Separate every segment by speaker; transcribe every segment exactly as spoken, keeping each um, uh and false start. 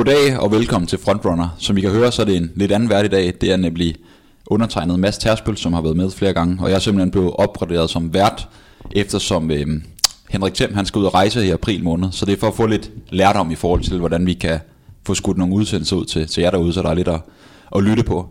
Speaker 1: Goddag og velkommen til Frontrunner. Som I kan høre, så er det en lidt anden vært i dag. Det er nemlig undertegnet Mads Tersbøl, som har været med flere gange. Og jeg er simpelthen blevet opgraderet som vært, eftersom øh, Henrik Thiem, han skal ud og rejse i april måned. Så det er for at få lidt lærdom i forhold til, hvordan vi kan få skudt nogle udsendelser ud til, til jer derude, så der er lidt at, at lytte på.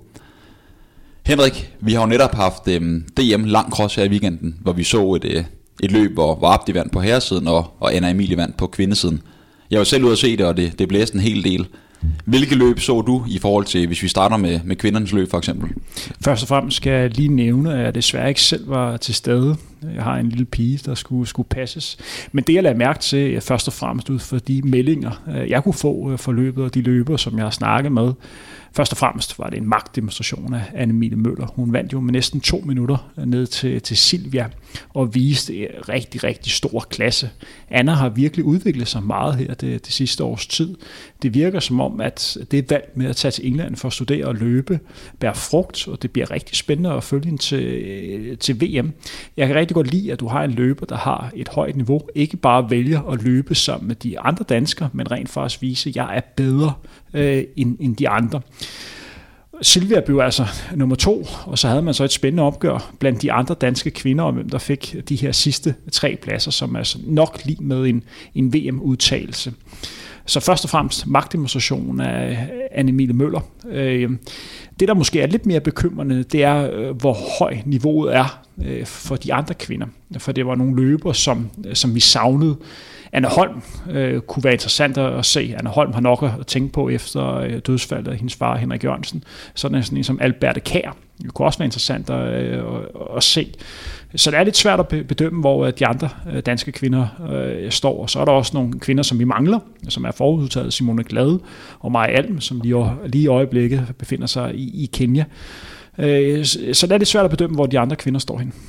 Speaker 1: Henrik, vi har jo netop haft øh, D M lang cross her i weekenden, hvor vi så et, øh, et løb, hvor, hvor Abdi vandt på herresiden, og, og Anna Emilie vandt på kvindesiden. Jeg var selv ude at se det, og det, det blæste en hel del. Hvilke løb så du i forhold til, hvis vi starter med, med kvindernes løb for eksempel?
Speaker 2: Først og fremmest skal jeg lige nævne, at jeg desværre ikke selv var til stede. Jeg har en lille pige, der skulle, skulle passes. Men det jeg lagde mærke til, først og fremmest ud for de meldinger, jeg kunne få for løbet, og de løber, som jeg har snakket med. Først og fremmest var det en magtdemonstration af Anne Emilie Møller. Hun vandt jo med næsten to minutter ned til, til Silvia og viste en rigtig, rigtig stor klasse. Anna har virkelig udviklet sig meget her det, det sidste års tid. Det virker som om, at det valg med at tage til England for at studere og løbe bærer frugt, og det bliver rigtig spændende at følge hende til, til V M. Jeg kan rigtig godt lide, at du har en løber, der har et højt niveau. Ikke bare vælger at løbe sammen med de andre danskere, men rent faktisk vise, at jeg er bedre øh, end, end de andre. Silvia blev altså nummer to, og så havde man så et spændende opgør blandt de andre danske kvinder, om hvem der fik de her sidste tre pladser, som er altså nok lige med en, en V M-udtagelse. Så først og fremmest magtdemonstrationen af Anne Emilie Møller. Det, der måske er lidt mere bekymrende, det er, hvor høj niveauet er for de andre kvinder. For det var nogle løbere, som, som vi savnede. Anne Holm øh, kunne være interessant at se. Anne Holm har nok at tænke på efter øh, dødsfaldet af hendes far, Henrik Jørgensen. Sådan en, sådan en som Alberte Kjær. Det kunne også være interessant at, øh, at, at se. Så det er lidt svært at bedømme, hvor de andre danske kvinder øh, står. Og så er der også nogle kvinder, som vi mangler, som er forudtaget, Simone Glade og Maja Alm, som lige, lige i øjeblikket befinder sig i, i Kenya. Øh, så det er lidt svært at bedømme, hvor de andre kvinder står hen.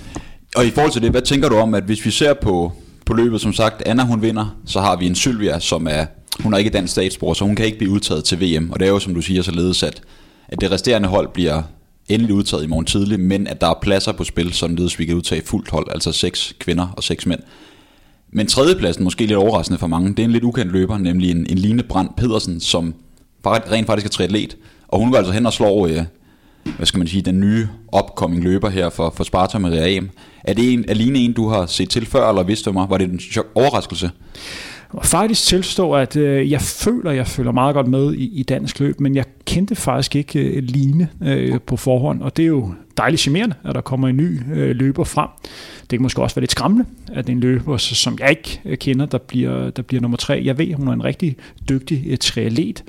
Speaker 1: Og i forhold til det, hvad tænker du om, at hvis vi ser på på løbet, som sagt, Anna hun vinder, så har vi en Sylvia, som er, hun er ikke dansk statsborger, så hun kan ikke blive udtaget til V M, og det er jo, som du siger, således, at, at det resterende hold bliver endelig udtaget i morgen tidlig, men at der er pladser på spil, således vi kan udtage fuldt hold, altså seks kvinder og seks mænd. Men tredjepladsen, måske lidt overraskende for mange, det er en lidt ukendt løber, nemlig en, en Line Brandt Pedersen, som rent faktisk er triatlet, og hun går altså hen og slår, øh, hvad skal man sige, den nye upcoming løber her for, for Sparta Maria Am. Er det en, alene en, du har set til før, eller vidste du mig? Var det en chok- overraskelse?
Speaker 2: Jeg faktisk tilstå, at øh, jeg føler, jeg føler meget godt med i, i dansk løb, men jeg kendte faktisk ikke øh, Line øh, på forhånd, og det er jo dejligt charmerende, at der kommer en ny øh, løber frem. Det kan måske også være lidt skræmmende, at det er en løber, som jeg ikke kender, der bliver, der bliver nummer tre. Jeg ved, hun er en rigtig dygtig øh, triatlet.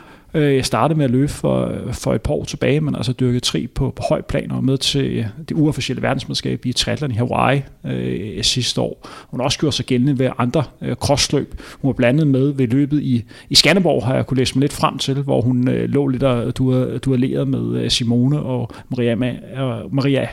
Speaker 2: Jeg startede med at løbe for, for et par år tilbage, men altså dyrket tri på, på høj plan og med til det uofficielle verdensmesterskab i triathlon i Hawaii øh, sidste år. Hun har også gjort sig gældende ved andre øh, crossløb. Hun var blandet med ved løbet i, i Skanderborg, har jeg kunne læse mig lidt frem til, hvor hun øh, lå lidt og duellerede med Simone og Maria, øh, Maria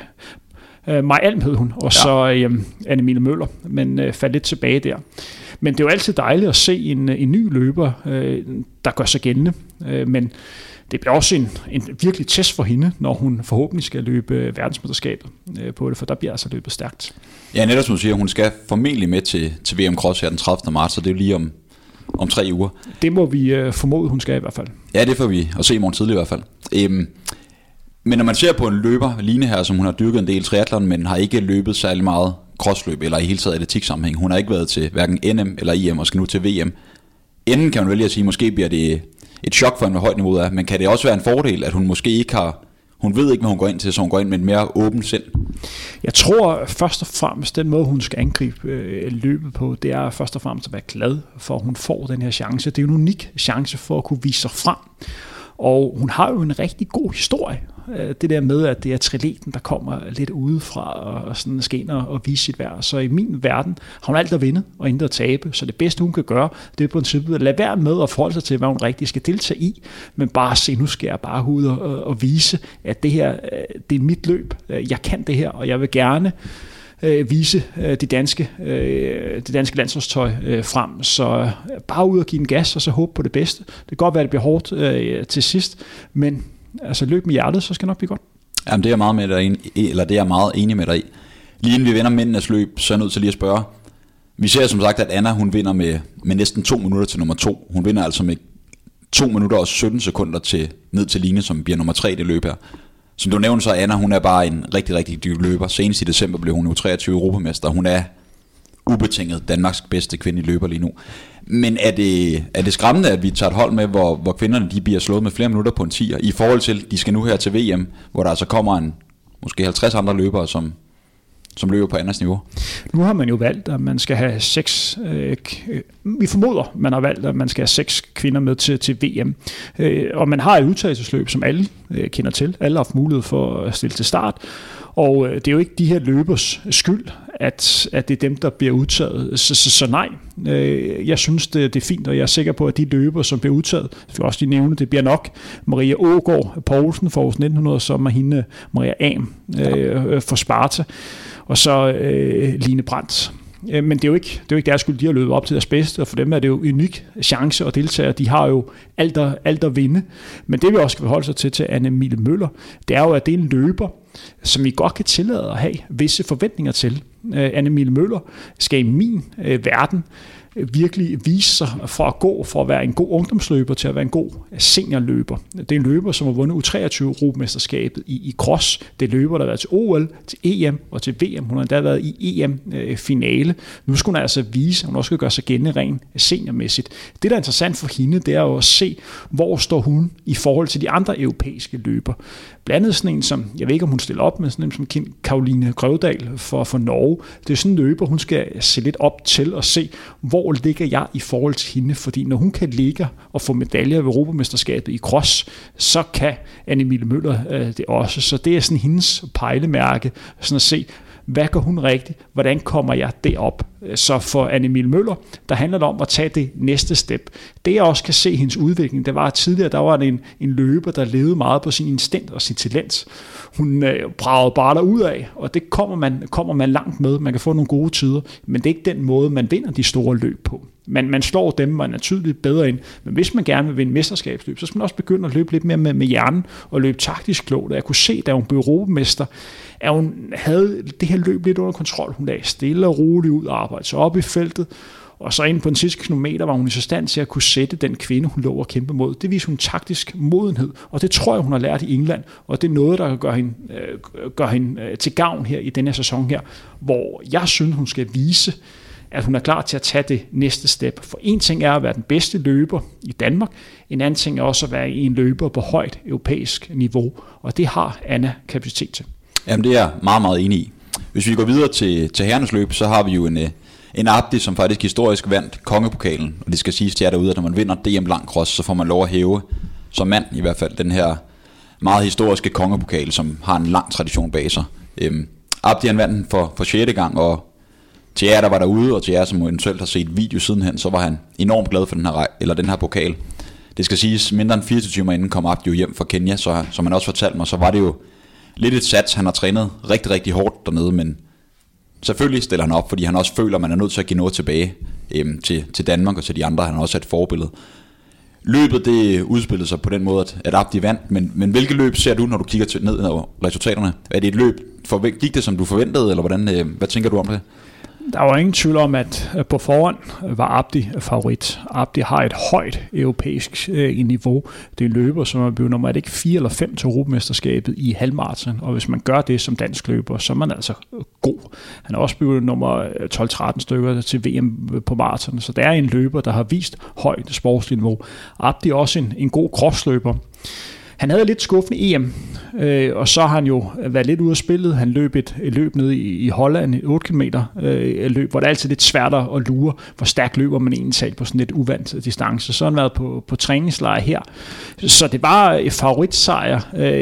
Speaker 2: øh, Maja Alm hed hun, og ja. så øh, Anne Emilie Møller, men øh, faldt lidt tilbage der. Men det er jo altid dejligt at se en, en ny løber, øh, der gør sig gældende. Øh, men det bliver også en, en virkelig test for hende, når hun forhåbentlig skal løbe verdensmesterskabet øh, på det, for der bliver altså løbet stærkt.
Speaker 1: Ja, netop som du siger, hun skal formentlig med til, til V M Cross her den tredivte marts, så det er jo lige om, om tre uger.
Speaker 2: Det må vi øh, formode, hun skal i hvert fald.
Speaker 1: Ja, det får vi at se i morgen tidlig i hvert fald. Øhm, men når man ser på en løber, Line her, som hun har dyrket en del triathlon, men har ikke løbet særlig meget crossløb, eller i hele taget atletiksammenhæng. Hun har ikke været til hverken N M eller I M, og skal nu til V M. Enden kan man vælge at sige, måske bliver det et chok for hende, hvor højt niveauet er, men kan det også være en fordel, at hun måske ikke har, hun ved ikke, hvad hun går ind til, så hun går ind med et mere åbent sind?
Speaker 2: Jeg tror først og fremmest, den måde, hun skal angribe øh, løbet på, det er først og fremmest at være glad for, at hun får den her chance. Det er jo en unik chance for at kunne vise sig frem. Og hun har jo en rigtig god historie. Det der med, at det er triatleten, der kommer lidt udefra og sådan skal ind og vise sit værd. Så i min verden har hun alt at vinde og intet at tabe. Så det bedste, hun kan gøre, det er på princippet at lade være med at forholde sig til, hvad hun rigtig skal deltage i. Men bare se, nu skal jeg bare ud og, og vise, at det her, det er mit løb. Jeg kan det her, og jeg vil gerne vise det danske, det danske landsholdstøj frem. Så bare ud og give en gas, og så håbe på det bedste. Det kan godt være, at det bliver hårdt til sidst, men altså løb med hjertet, så skal det nok blive godt.
Speaker 1: Jamen det er jeg meget med dig, eller det er jeg meget enig med dig i. Lige inden vi vender mændenes løb, så er jeg nødt til lige at spørge. Vi ser som sagt, at Anna hun vinder med, med næsten to minutter til nummer to. Hun vinder altså med to minutter og sytten sekunder til, ned til Line, som bliver nummer tre i det løb her. Som du nævnte, så Anna, hun er bare en rigtig, rigtig dyb løber. Senest i december blev hun jo treogtyve europamester. Hun er ubetinget Danmarks bedste kvindelige løber lige nu. Men er det, er det skræmmende, at vi tager et hold med, hvor, hvor kvinderne de bliver slået med flere minutter på en tier, i forhold til, de skal nu her til V M, hvor der altså kommer en, måske halvtreds andre løbere, som, som løber på Annas niveau?
Speaker 2: Nu har man jo valgt, at man skal have seks, øh, vi formoder, man har valgt, at man skal have seks kvinder med til, til V M. Øh, og man har et udtagelsesløb, som alle øh, kender til. Alle har haft mulighed for at stille til start. Og det er jo ikke de her løbers skyld, at, at det er dem, der bliver udtaget. Så, så, så nej, jeg synes, det, det er fint, og jeg er sikker på, at de løber, som bliver udtaget, jeg vil også lige nævne, det bliver nok Maria Aagaard Poulsen for Aarhus nitten hundrede, som er hende Maria Am øh, for Sparta, og så øh, Line Brandt. Men det er jo ikke, det er jo ikke deres skyld, de har løbet op til deres bedste, og for dem er det jo en unik chance at deltage. De har jo alt at, alt at vinde. Men det vi også skal forholde sig til til Anne-Mille Møller, det er jo, at det er en løber, som vi godt kan tillade at have visse forventninger til. Anne-Mille Møller skal i min øh, verden virkelig vise sig fra at gå fra at være en god ungdomsløber til at være en god seniorløber. Det er en løber, som har vundet U treogtyve Europamesterskabet i, i cross. Det er løber, der har været til O L, til E M og til V M. Hun har endda været i E M-finale. Nu skal hun altså vise, at hun også skal gøre sig gældende rent seniormæssigt. Det, der er interessant for hende, det er jo at se, hvor står hun i forhold til de andre europæiske løber. Blandt andet sådan en, som, jeg ved ikke, om hun stiller op med, sådan en som Karoline Grøvdal for, for Norge. Det er sådan en løber, hun skal se lidt op til og se, hvor ligger jeg i forhold til hende, fordi når hun kan ligge og få medaljer ved Europamesterskabet i cross, så kan Anne-Mille Møller øh, det også. Så det er sådan hendes pejlemærke, sådan at se, hvad gør hun rigtigt? Hvordan kommer jeg derop? Så for Anne-Mille Møller, der handler det om at tage det næste step. Det jeg også kan se hendes udvikling, det var at tidligere, der var en, en løber, der levede meget på sin instinkt og sin talent. Hun øh, bragede bare derud af, og det kommer man, kommer man langt med. Man kan få nogle gode tider, men det er ikke den måde, man vinder de store løb på. Man, man slår dem, man er tydeligt bedre ind. Men hvis man gerne vil vinde mesterskabsløb, så skal man også begynde at løbe lidt mere med, med hjernen og løbe taktisk klogt. Jeg kunne se, da hun blev europamester, at hun havde det her løb lidt under kontrol. Hun lagde stille og roligt ud og arbejdede sig op i feltet. Og så inde på den sidste kilometer var hun i så stand til at kunne sætte den kvinde, hun lå og kæmpe mod. Det viser hun taktisk modenhed, og det tror jeg, hun har lært i England. Og det er noget, der kan gøre hende, øh, gøre hende øh, til gavn her i denne sæson her, hvor jeg synes, hun skal vise, at hun er klar til at tage det næste step. For en ting er at være den bedste løber i Danmark, en anden ting er også at være en løber på højt europæisk niveau, og det har Anna kapacitet til. Jamen
Speaker 1: det er jeg meget, meget enig i. Hvis vi går videre til, til herrenes løb, så har vi jo en, en Abdi, som faktisk historisk vandt kongepokalen, og det skal siges til jer derude, at når man vinder D M lang cross, så får man lov at hæve, som mand i hvert fald, den her meget historiske kongepokal, som har en lang tradition bag sig. Øhm, Abdi han vandt den for, for sjette gang, og til jer, der var derude, og til jer, som eventuelt har set video sidenhen, så var han enormt glad for den her, eller den her pokal. Det skal siges, mindre end fireogtyve timer inden kom Abdi jo hjem fra Kenya, så som han også fortalte mig, så var det jo lidt et sats. Han har trænet rigtig, rigtig hårdt dernede, men selvfølgelig stiller han op, fordi han også føler, at man er nødt til at give noget tilbage øhm, til, til Danmark og til de andre. Han har også et forbillede. Løbet, det udspillede sig på den måde, at, at Abdi vandt, men, men hvilket løb ser du, når du kigger til, ned over resultaterne? Er det et løb, for, gik det som du forventede, eller hvordan, øh, hvad tænker du om det?
Speaker 2: Der var ingen tvivl om, at på forhånd var Abdi favorit. Abdi har et højt europæisk øh, niveau. Det er en løber, som er blevet nummer er det ikke fire eller fem til Europamesterskabet i halvmarathon. Og hvis man gør det som dansk løber, så er man altså god. Han er også blevet nummer tolv tretten stykker til V M på maraton. Så det er en løber, der har vist højt sportsligt niveau. Abdi er også en, en god crossløber. Han havde lidt skuffende E M, øh, og så har han jo været lidt ude af spillet. Han løb et, et løb ned i, i Holland, et otte kilometer øh, løb, hvor det er altid lidt svært at lure, hvor stærkt løber man egentlig talt på sådan lidt uvandt distance. Så har han været på, på træningslejr her. Så det var et favoritsejr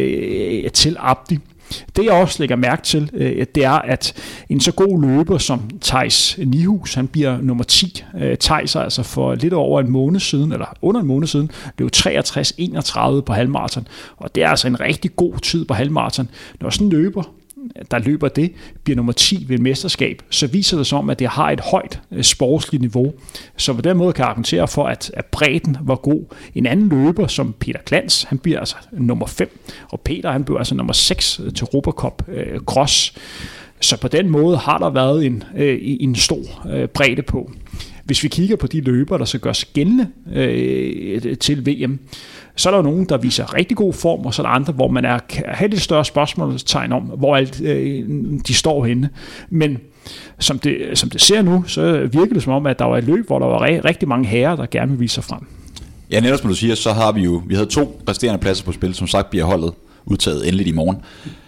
Speaker 2: øh, til Abdi. Det jeg også lægger mærke til, det er, at en så god løber som Theis Nihus, han bliver nummer ti. Theis altså for lidt over en måned siden, eller under en måned siden, blev treogtres enogtredive på halvmarathon. Og det er altså en rigtig god tid på halvmarathon. Når sådan en løber, der løber det, bliver nummer ti ved et mesterskab, så viser det sig om, at det har et højt sportsligt niveau. Så på den måde kan jeg argumentere for, at, at bredden var god. En anden løber, som Peter Glans, han bliver altså nummer fem, og Peter, han bliver altså nummer seks til Europacup øh, Cross. Så på den måde har der været en, øh, en stor øh, bredde på. Hvis vi kigger på de løbere, der skal gøre sig gældende øh, til V M, så er der nogen, der viser rigtig god form, og så er der andre, hvor man er, kan have lidt større spørgsmålstegn om, hvor alt, øh, de står henne. Men som det, som det ser nu, så virker det som om, at der var et løb, hvor der var rigtig mange herrer, der gerne vil vise sig frem.
Speaker 1: Ja, netop som du siger, så har vi jo, vi havde to resterende pladser på spil, som sagt bliver holdet udtaget endeligt i morgen.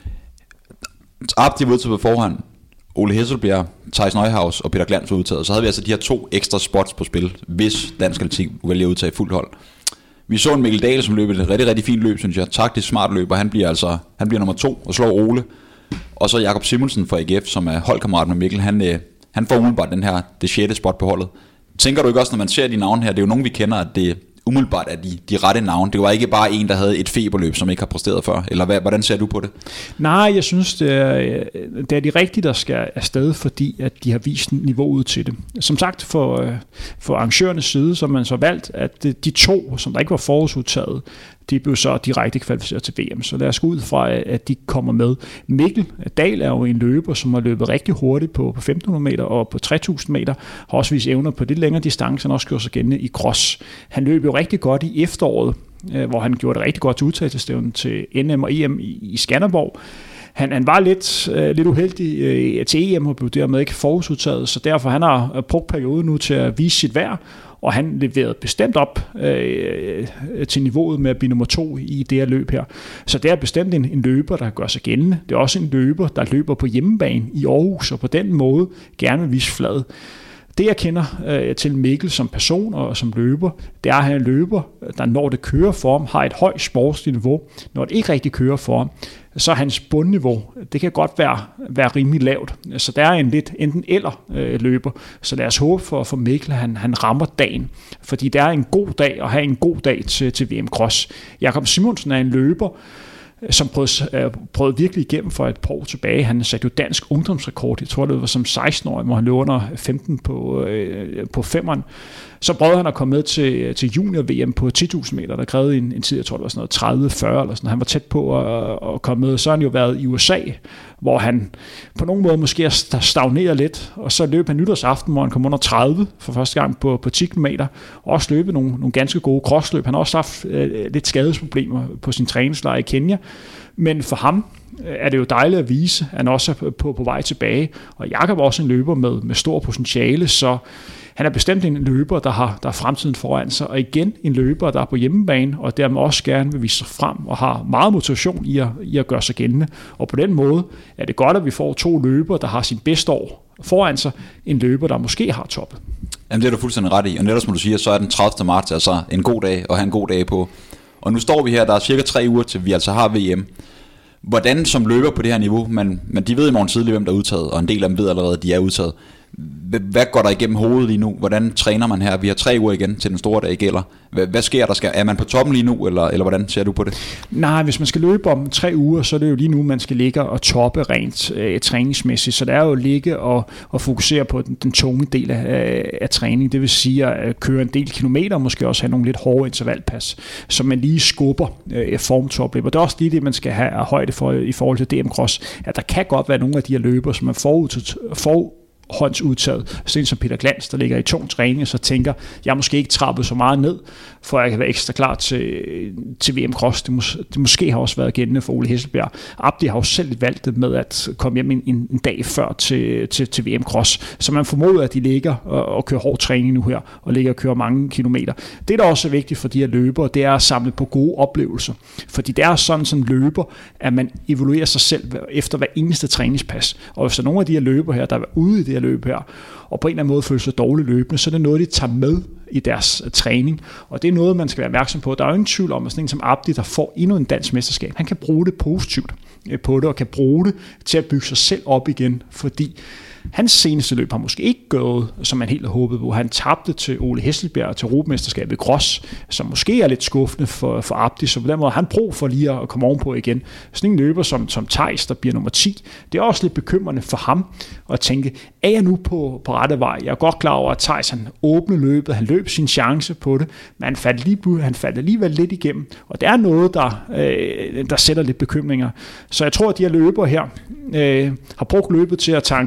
Speaker 1: Abdi var udtaget på forhånd, Ole Hesselbjerg, Theis Neuhaus og Peter Glans var udtaget. Så havde vi altså de her to ekstra spots på spil, hvis Dansk Atletik vælger at udtage fuldt hold. Vi så en Mikkel Dahl, som løb et rigtig, rigtig fint løb, synes jeg. Taktisk smart løb, og han bliver altså han bliver nummer to og slår Ole. Og så Jakob Simonsen fra A G F, som er holdkammerat med Mikkel, han, han får umiddelbart den her, det sjette spot på holdet. Tænker du ikke også, når man ser de navne her, det er jo nogen, vi kender, at det umiddelbart er de, de rette navne. Det var ikke bare en, der havde et feberløb, som ikke har præsteret før. Eller hvad, hvordan ser du på det?
Speaker 2: Nej, jeg synes, det er, det er de rigtige, der skal afsted, fordi at de har vist niveauet til det. Som sagt, for, for arrangørernes side, så har man så valgt, at de to, som der ikke var forudtaget, de blev så direkte kvalificeret til V M. Så lad os gå ud fra, at de kommer med. Mikkel Dahl er jo en løber, som har løbet rigtig hurtigt på femten hundrede meter og på tre tusind meter. Har også vist evner på lidt længere distance, han også gjort sig gældende i cross. Han løb jo rigtig godt i efteråret, hvor han gjorde det rigtig godt til udtagelsesstævnen til N M og E M i, i Skanderborg. Han, han var lidt, øh, lidt uheldig øh, til E M og blev dermed ikke forudtaget, så derfor han har brugt perioden nu til at vise sit værd, og han leverede bestemt op øh, til niveauet med at blive nummer to i det her løb her. Så det er bestemt en, en løber, der gør sig gældende. Det er også en løber, der løber på hjemmebane i Aarhus, og på den måde gerne vil vise flad. Det jeg kender øh, til Mikkel som person og som løber, det er, at han er en løber, der når det kører for ham, har et højt sportsligt niveau. Når det ikke rigtig kører for ham, så hans bundniveau, det kan godt være, være rimelig lavt. Så der er en lidt enten eller øh, løber. Så lad os håbe for, for Mikkel, at han, han rammer dagen. Fordi det er en god dag at have en god dag til, til V M Cross. Jakob Simonsen er en løber, som prøvede, prøvede virkelig igennem for et par år tilbage. Han satte jo dansk ungdomsrekord. Jeg tror, det var som seksten-årig, hvor han løb under femten på, øh, på femmeren. Så prøvede han at komme med til, til junior-V M på ti tusind meter, der krævede en, en tid, jeg tror, det var sådan noget tredive fyrre eller sådan. Han var tæt på at, at komme med. Så har han jo været i U S A, hvor han på nogen måde måske stagnerede lidt, og så løb han nytårsaften, hvor han kom under tredive for første gang på, på ti kilometer, og også løbet nogle, nogle ganske gode crossløb. Han har også haft øh, lidt skadesproblemer på sin træningslejr i Kenya, men for ham er det jo dejligt at vise, at han også er på, på vej tilbage, og Jakob er også en løber med, med stor potentiale, så han er bestemt en løber, der har, der har fremtiden foran sig, og igen en løber, der er på hjemmebane, og dermed også gerne vil vise sig frem, og har meget motivation i at, i at gøre sig gældende. Og på den måde er det godt, at vi får to løber, der har sin bedste år foran sig, en løber, der måske har toppet.
Speaker 1: Jamen det er du fuldstændig ret i, og netop som du siger, så er den tredivte marts altså en god dag, og have en god dag på. Og nu står vi her, der er cirka tre uger til vi altså har V M. Hvordan som løber på det her niveau, men, men de ved i morgen tidlig, hvem der er udtaget, og en del af dem ved allerede, at de er udtaget. Hvad går der igennem hovedet lige nu? Hvordan træner man her? Vi har tre uger igen til den store dag gælder. Hvad, hvad sker der? Skal, er man på toppen lige nu, eller, eller hvordan ser du på det?
Speaker 2: Nej, hvis man skal løbe om tre uger, så er det jo lige nu, man skal ligge og toppe rent øh, træningsmæssigt. Så det er jo at ligge og, og fokusere på den, den tunge del af, af træning. Det vil sige at køre en del kilometer, og måske også have nogle lidt hårde intervalpas, så man lige skubber øh, form til opløb. Og det er også lige det, man skal have højde for i forhold til D M Cross. At der kan godt være nogle af de her løber, som er forud for håndsudtaget, sådan som Peter Glans, der ligger i tung træning, og så tænker, jeg måske ikke trappet så meget ned, for at jeg kan være ekstra klar til, til V M Cross. Det, mås, det måske har også været gældende for Ole Hesselbjerg. Abdi har jo selv valgt det med at komme hjem en, en dag før til, til, til V M Cross, så man formoder, at de ligger og, og kører hård træning nu her, og ligger og kører mange kilometer. Det, der også er vigtigt for de her løbere, det er at samle på gode oplevelser, fordi det er sådan som løber, at man evaluerer sig selv efter hver eneste træningspas, og hvis der er nogle af de her løbere her, der er ude i det her løb her, og på en eller anden måde føler sig dårligt løbende, så er det noget, de tager med i deres træning, og det er noget, man skal være opmærksom på. Der er jo ingen tvivl om, at sådan en som Abdi, der får endnu en dansk mesterskab, han kan bruge det positivt på det, og kan bruge det til at bygge sig selv op igen, fordi hans seneste løb har måske ikke gået, som man helt havde håbet på. Han tabte til Ole Hesselbjerg til Europamesterskabet i cross, som måske er lidt skuffende for, for Abdi, så på den måde har han brug for lige at komme ovenpå igen. Sådan en løber som, som Theis, der bliver nummer ti, det er også lidt bekymrende for ham at tænke, er jeg nu på, på rette vej? Jeg er godt klar over, at Theis han åbner løbet, han løb sin chance på det, men han faldt, lige, han faldt alligevel lidt igennem, og det er noget, der, øh, der sætter lidt bekymringer. Så jeg tror, at de her løber her øh, har brugt løbet til at tanke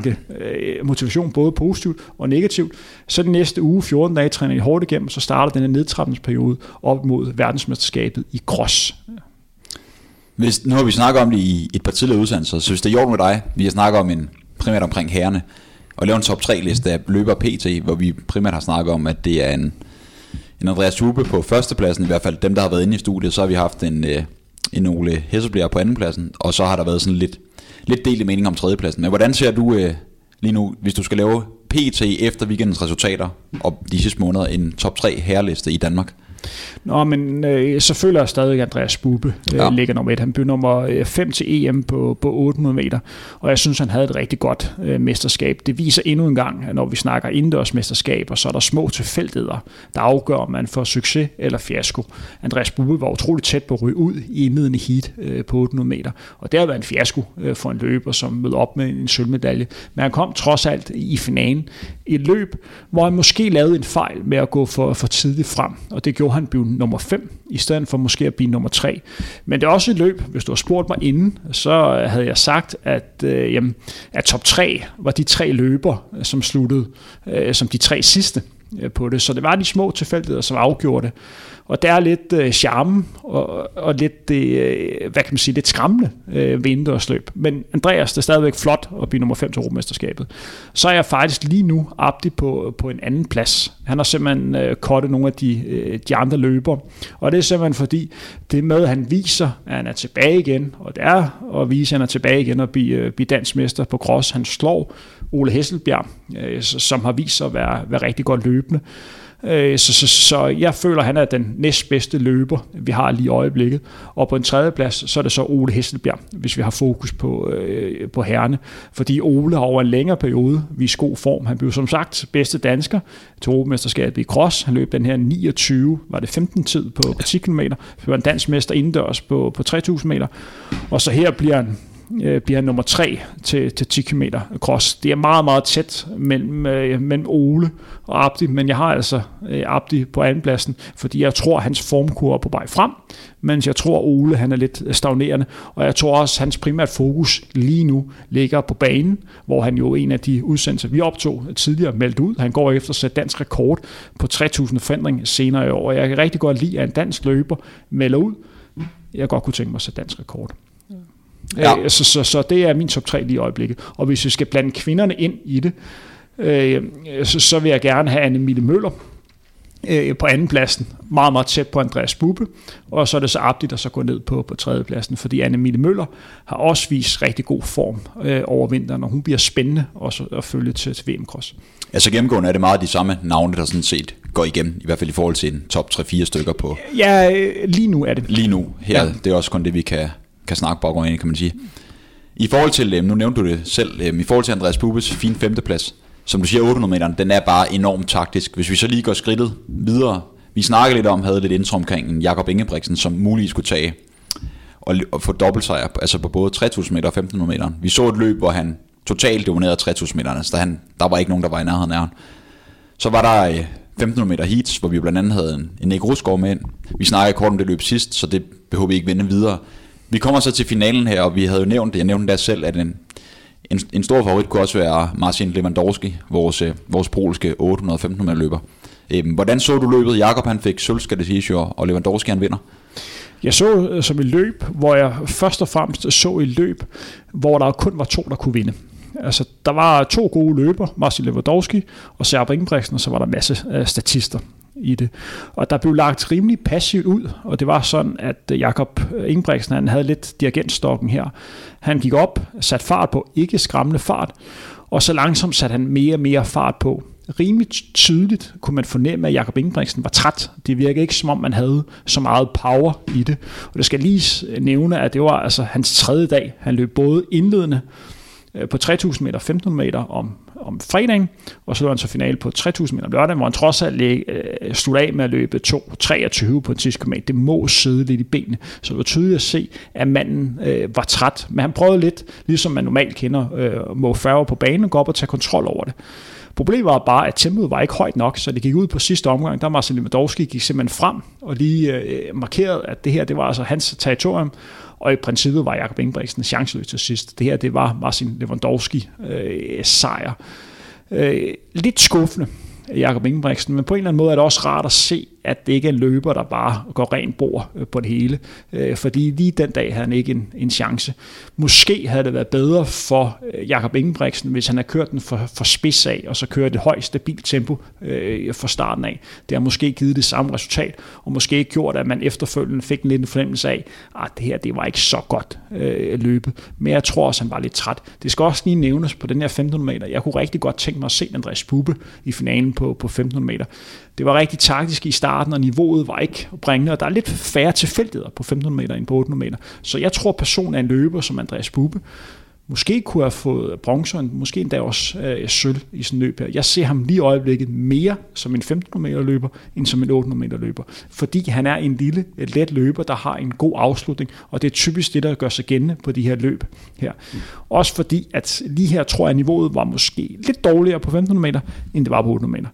Speaker 2: øh, motivation, både positivt og negativt. Så den næste uge, fjorten dage, træner I hårdt igennem, så starter den her nedtrapningsperiode op mod verdensmesterskabet i cross.
Speaker 1: Hvis, nu har vi snakket om det i et par tidligere udsendelser, så hvis det er gjort med dig, vi har snakket om en, primært omkring herrerne, og lave en top tre liste af løber P T, hvor vi primært har snakket om, at det er en, en Andreas Hube på førstepladsen, i hvert fald dem, der har været inde i studiet, så har vi haft en, en Ole Hesselbjerg på andenpladsen, og så har der været sådan lidt, lidt delt mening om tredjepladsen. Men hvordan ser du øh, lige nu, hvis du skal lave P T efter weekendens resultater, og de sidste måneder, en top tre herreliste i Danmark?
Speaker 2: Nå, men øh, så føler jeg stadig, at Andreas Bubbe øh, ja. ligger nummer et. Han blev nummer fem til E M på, på otte hundrede meter, og jeg synes, han havde et rigtig godt øh, mesterskab. Det viser endnu en gang, at når vi snakker indendørsmesterskaber, så er der små tilfældigheder, der afgør, om man får succes eller fiasko. Andreas Bubbe var utroligt tæt på at ryge ud i indledende heat øh, på otte hundrede meter, og det har været en fiasko øh, for en løber, som mødte op med en sølvmedalje. Men han kom trods alt i finalen i et løb, hvor han måske lavede en fejl med at gå for, for tidligt frem, og det gjorde han blev nummer fem, i stedet for måske at blive nummer tre. Men det er også et løb, hvis du har spurgt mig inden, så havde jeg sagt, at, øh, jamen, at top tre var de tre løber, som sluttede øh, som de tre sidste øh, på det. Så det var de små tilfældigheder, som afgjorde det. Og der er lidt øh, charme og, og lidt, øh, hvad kan man sige, lidt skræmmende øh, ved indendørsløb. Men Andreas, det er stadigvæk flot at blive nummer fem til Europamesterskabet. Så er jeg faktisk lige nu aptig på, på en anden plads. Han har simpelthen øh, kottet nogle af de, øh, de andre løbere. Og det er simpelthen fordi, det med, at han viser, at han er tilbage igen, og det er at vise, at han er tilbage igen og blive, øh, blive dansk mester på cross. Han slår Ole Hesselbjerg, øh, som har vist sig at være, være rigtig godt løbende. Så, så, så jeg føler, at han er den næstbedste løber, vi har lige i øjeblikket. Og på en tredje plads, så er det så Ole Hesselbjerg, hvis vi har fokus på, øh, på herrerne. Fordi Ole har over en længere periode vist god form. Han blev som sagt bedste dansker til Europamesterskabet i cross. Han løb den her niogtyve, var det femten tid på, på ti kilometer. Han var en dansk mester indendørs på, på tre tusind meter. Og så her bliver han bliver han nummer tre til, til ti kilometer cross. Det er meget, meget tæt mellem, øh, mellem Ole og Abdi, men jeg har altså øh, Abdi på andenpladsen, fordi jeg tror, at hans formkurve er på vej frem, mens jeg tror, at Ole han er lidt stagnerende, og jeg tror også, at hans primært fokus lige nu ligger på banen, hvor han jo en af de udsendelser, vi optog tidligere, meldt ud. Han går efter at sætte dansk rekord på tre tusind forandring senere i år, og jeg kan rigtig godt lide, at en dansk løber melder ud. Jeg godt kunne tænke mig at sætte dansk rekord. Ja. Så, så, så det er min top tre lige i øjeblikket. Og hvis vi skal blande kvinderne ind i det, øh, så, så vil jeg gerne have Anne-Mille Møller øh, på andenpladsen, meget, meget tæt på Andreas Bubbe, og så er det så Abdi, der så går ned på, på tredjepladsen, fordi Anne-Mille Møller har også vist rigtig god form øh, over vinteren, og hun bliver spændende også at følge til, til V M-cross.
Speaker 1: Altså gennemgående er det meget de samme navne, der sådan set går igennem, i hvert fald i forhold til en top tre fire stykker på.
Speaker 2: Ja, lige nu er det.
Speaker 1: Lige nu, her, ja. Det er også kun det, vi kan... kan snakke baggrund ind, kan man sige. I forhold til, nu nævnte du det selv, i forhold til Andreas Bubbes fine femteplads, som du siger, otte hundrede meter, den er bare enormt taktisk. Hvis vi så lige går skridtet videre, vi snakkede lidt om, havde lidt intro omkring Jakob Ingebrigtsen, som muligt skulle tage og, og få dobbeltsejr, altså på både tre tusind meter og femten hundrede meter. Vi så et løb, hvor han totalt dominerede tre tusind meterne, så han, der var ikke nogen, der var i nærheden af ham. Så var der femten hundrede meter heats, hvor vi blandt andet havde en, en Nick Rosgaard med ind. Vi snakkede kort om det løb sidst, så det behøver vi ikke vende videre. Vi kommer så til finalen her, og vi havde jo nævnt det, jeg nævnte det selv, at en, en, en stor favorit kunne også være Marcin Lewandowski, vores, vores polske otte hundrede og femten hundrede løber. Øhm, hvordan så du løbet? Jakob han fik sølv, skal det siges jo, og Lewandowski han vinder.
Speaker 2: Jeg så som et løb, hvor jeg først og fremmest så et løb, hvor der kun var to, der kunne vinde. Altså, der var to gode løber, Marcin Lewandowski og Serb Ingebrigtsen, og så var der en masse øh, statister i det. Og der blev lagt rimelig passivt ud, og det var sådan, at Jakob Ingebrigtsen, han havde lidt dirigentstokken her. Han gik op, satte fart på, ikke skræmmende fart, og så langsomt satte han mere og mere fart på. Rimelig tydeligt kunne man fornemme, at Jakob Ingebrigtsen var træt. Det virkede ikke, som om man havde så meget power i det. Og det skal lige nævne, at det var altså hans tredje dag. Han løb både indledende på tre tusind meter og femten hundrede meter om, om fredagen, og så løb han så finale på tre tusind meter om lørdagen, hvor han trods alt øh, sluttede af med at løbe to treogtyve på en sidste kilometer. Det må sidde lidt i benene, så det var tydeligt at se, at manden øh, var træt, men han prøvede lidt, ligesom man normalt kender øh, Mo Farah på banen, gå op og tage kontrol over det. Problemet var bare, at tempoet var ikke højt nok, så det gik ud på sidste omgang. Der Marcin Lewandowski gik simpelthen frem og lige øh, markerede, at det her det var altså hans territorium, og i princippet var Jakob Ingebrigtsen chanceløs til sidst. Det her det var Marcin Lewandowski øh, sejr. Øh, lidt skuffende, Jakob Ingebrigtsen, men på en eller anden måde er det også rart at se, at det ikke er en løber, der bare går rent bord på det hele, øh, fordi lige den dag havde han ikke en, en chance. Måske havde det været bedre for Jakob Ingebrigtsen, hvis han havde kørt den for, for spids af, og så kørt et højt, stabilt tempo øh, fra starten af. Det har måske givet det samme resultat, og måske ikke gjort, at man efterfølgende fik en lidt en fornemmelse af, at det her det var ikke så godt øh, løbet, men jeg tror også, han var lidt træt. Det skal også lige nævnes på den her femten hundrede meter. Jeg kunne rigtig godt tænke mig at se Andreas Bubbe i finalen på, på femten hundrede meter. Det var rigtig taktisk i starten, og niveauet var ikke bringende, og der er lidt færre tilfældigheder på femten hundrede meter end på otte hundrede meter. Så jeg tror, personen er en løber som Andreas Bubbe. Måske kunne have fået bronze, måske endda også øh, sølv i sådan en løb her. Jeg ser ham lige i øjeblikket mere som en femten hundrede meter løber, end som en otte hundrede meter løber. Fordi han er en lille, let løber, der har en god afslutning, og det er typisk det, der gør sig gældende på de her løb her. Mm. Også fordi, at lige her tror jeg, at niveauet var måske lidt dårligere på femten hundrede meter, end det var på otte hundrede meter.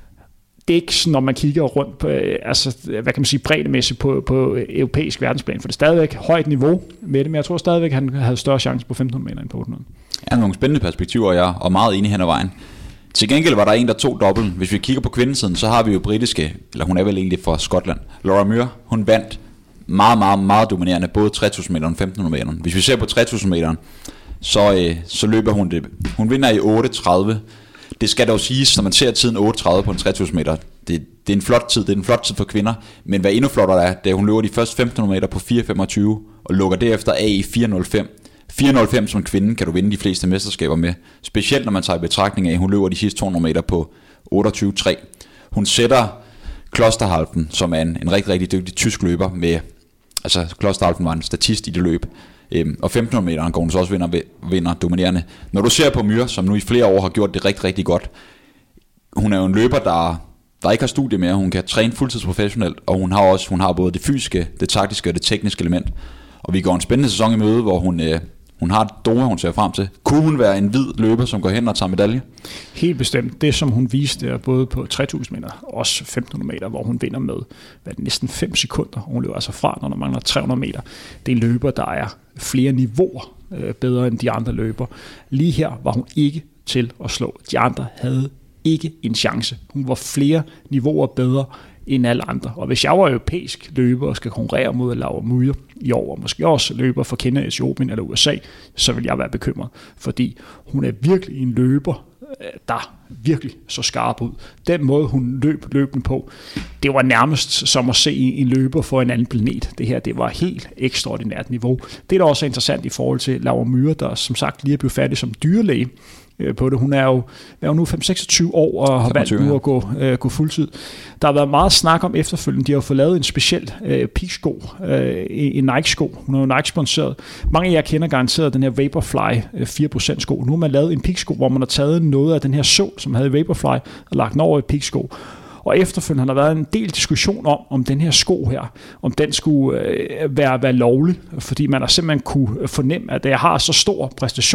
Speaker 2: Det er ikke sådan, når man kigger rundt på, altså, hvad kan man sige, breddemæssigt på, på europæisk verdensplan, for det er stadigvæk højt niveau med det, men jeg tror stadigvæk, han havde større chance på femten hundrede meter end på otte hundrede.
Speaker 1: Ja, nogle spændende perspektiver, jeg er meget enig hen ad vejen. Til gengæld var der en, der tog dobbelt. Hvis vi kigger på kvindesiden, så har vi jo britiske, eller hun er vel egentlig fra Skotland, Laura Muir. Hun vandt meget, meget, meget dominerende, både tre tusind meter og femten hundrede meter. Hvis vi ser på tre tusind meter, så, øh, så løber hun det. Hun vinder i otte tredive. Det skal dog siges, når man ser tiden otte tredive på en tre tusind meter, det, det er en flot tid, det er en flot tid for kvinder, men hvad endnu flottere er, da hun løber de første femten hundrede meter på fire femogtyve, og lukker derefter af i fire nul fem. fire nul fem som kvinde kan du vinde de fleste mesterskaber med, specielt når man tager i betragtning af, at hun løber de sidste to hundrede meter på otteogtyve tre. Hun sætter Klosterhalfen, som er en, en rigtig, rigtig dygtig tysk løber med, altså Klosterhalfen var en statist i det løb, Øhm, og femten hundrede meter går hun så også vinder, vinder dominerende. Når du ser på Muir, som nu i flere år har gjort det rigtig, rigtig godt, hun er jo en løber, der, der ikke har studie mere. Hun kan træne fuldtidsprofessionelt, og hun har også hun har både det fysiske, det taktiske og det tekniske element. Og vi går en spændende sæson i møde, hvor hun, øh, hun har et Doha, hun ser frem til. Kunne hun være en hvid løber, som går hen og tager medalje? Helt
Speaker 2: bestemt. Det, som hun viste, er både på tre tusind meter og også femten hundrede meter, hvor hun vinder med hvad det, næsten fem sekunder. Hun løber altså fra, når der mangler tre hundrede meter. Det er en løber, der er flere niveauer øh, bedre end de andre løber. Lige her var hun ikke til at slå. De andre havde ikke en chance. Hun var flere niveauer bedre end alle andre. Og hvis jeg var europæisk løber og skal konkurrere mod Laura Muir i år, og måske også løber for Kenya, Etiopien eller U S A, så vil jeg være bekymret. Fordi hun er virkelig en løber, der virkelig så skarp ud. Den måde, hun løb løben på, det var nærmest som at se en løber for en anden planet. Det her, det var helt ekstraordinært niveau. Det, der også er interessant i forhold til Laura Muir, der som sagt lige er blevet færdig som dyrlæge på det. Hun er jo, er jo nu fem seksogtyve år og har valgt nu at gå, øh, gå fuldtid. Der har været meget snak om efterfølgende. De har jo fået lavet en speciel øh, peak-sko, øh, en Nike-sko. Hun er jo Nike-sponsoreret. Mange af jer kender garanteret den her Vaporfly øh, fire procent sko. Nu har man lavet en peak-sko, hvor man har taget noget af den her sål, som havde Vaporfly, og lagt den over i peak-sko. Og efterfølgende har der været en del diskussion om, om den her sko her, om den skulle øh, være, være lovlig, fordi man har simpelthen kunne fornemme, at jeg har så stor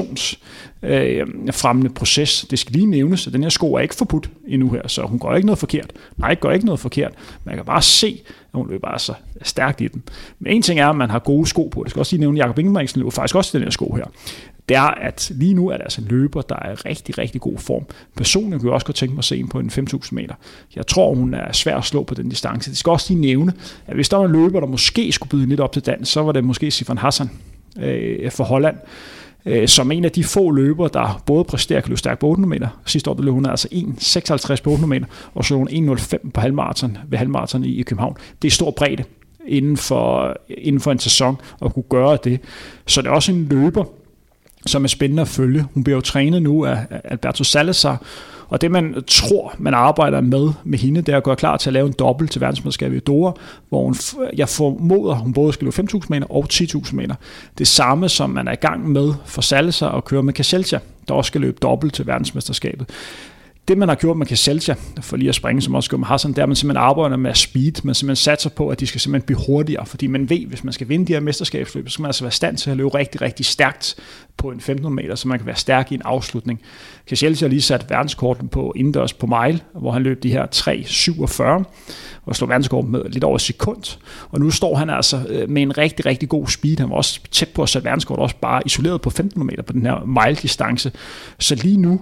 Speaker 2: præstationsfremmende øh, proces. Det skal lige nævnes, at den her sko er ikke forbudt endnu her, så hun gør ikke noget forkert. Nej, gør ikke noget forkert. Man kan bare se, at hun løber altså stærkt i den. Men en ting er, at man har gode sko på. Det skal også lige nævne, at Jakob Ingebrigtsen løber faktisk også den her sko her. Det er, at lige nu er der altså en løber, der er i rigtig, rigtig god form. Personligt kunne jeg også godt tænke mig at se en på en fem tusind meter. Jeg tror, hun er svær at slå på den distance. Det skal også lige nævne, at hvis der var en løber, der måske skulle byde lidt op til dans, så var det måske Sifan Hassan øh, for Holland, øh, som en af de få løbere, der både præsterer og kan løbe stærkt på otte hundrede meter. Sidste år der løb hun altså en seksoghalvtreds på otte hundrede meter, og så hun en nul fem på halvmarathon ved halvmarathon i, i København. Det er stor bredde inden for, inden for en sæson at kunne gøre det. Så det er også en løber, som er spændende at følge. Hun bliver jo trænet nu af Alberto Salazar, og det man tror, man arbejder med med hende, det er at gøre klar til at lave en dobbelt til verdensmesterskabet i Doha, hvor hun, jeg formoder, hun både skal løbe fem tusind meter og ti tusind meter. Det samme, som man er i gang med for Salazar og køre med Kaselja, der også skal løbe dobbelt til verdensmesterskabet. Det, man har gjort med Kaselja, for lige at springe, som også går med Hassan, der man simpelthen arbejder med speed, man simpelthen satser på, at de skal simpelthen blive hurtigere, fordi man ved, hvis man skal vinde de her mesterskabsløb, så skal man altså være i stand til at løbe rigtig, rigtig stærkt på en femten hundrede meter, så man kan være stærk i en afslutning. Kaselja har lige sat verdenskorten på indendørs på mile, hvor han løb de her tre syvogfyrre, og slog verdenskorten med lidt over et sekund, og nu står han altså med en rigtig, rigtig god speed. Han var også tæt på at sætte verdenskort, også bare isoleret på femten hundrede meter på den her mile-distance. Så lige nu,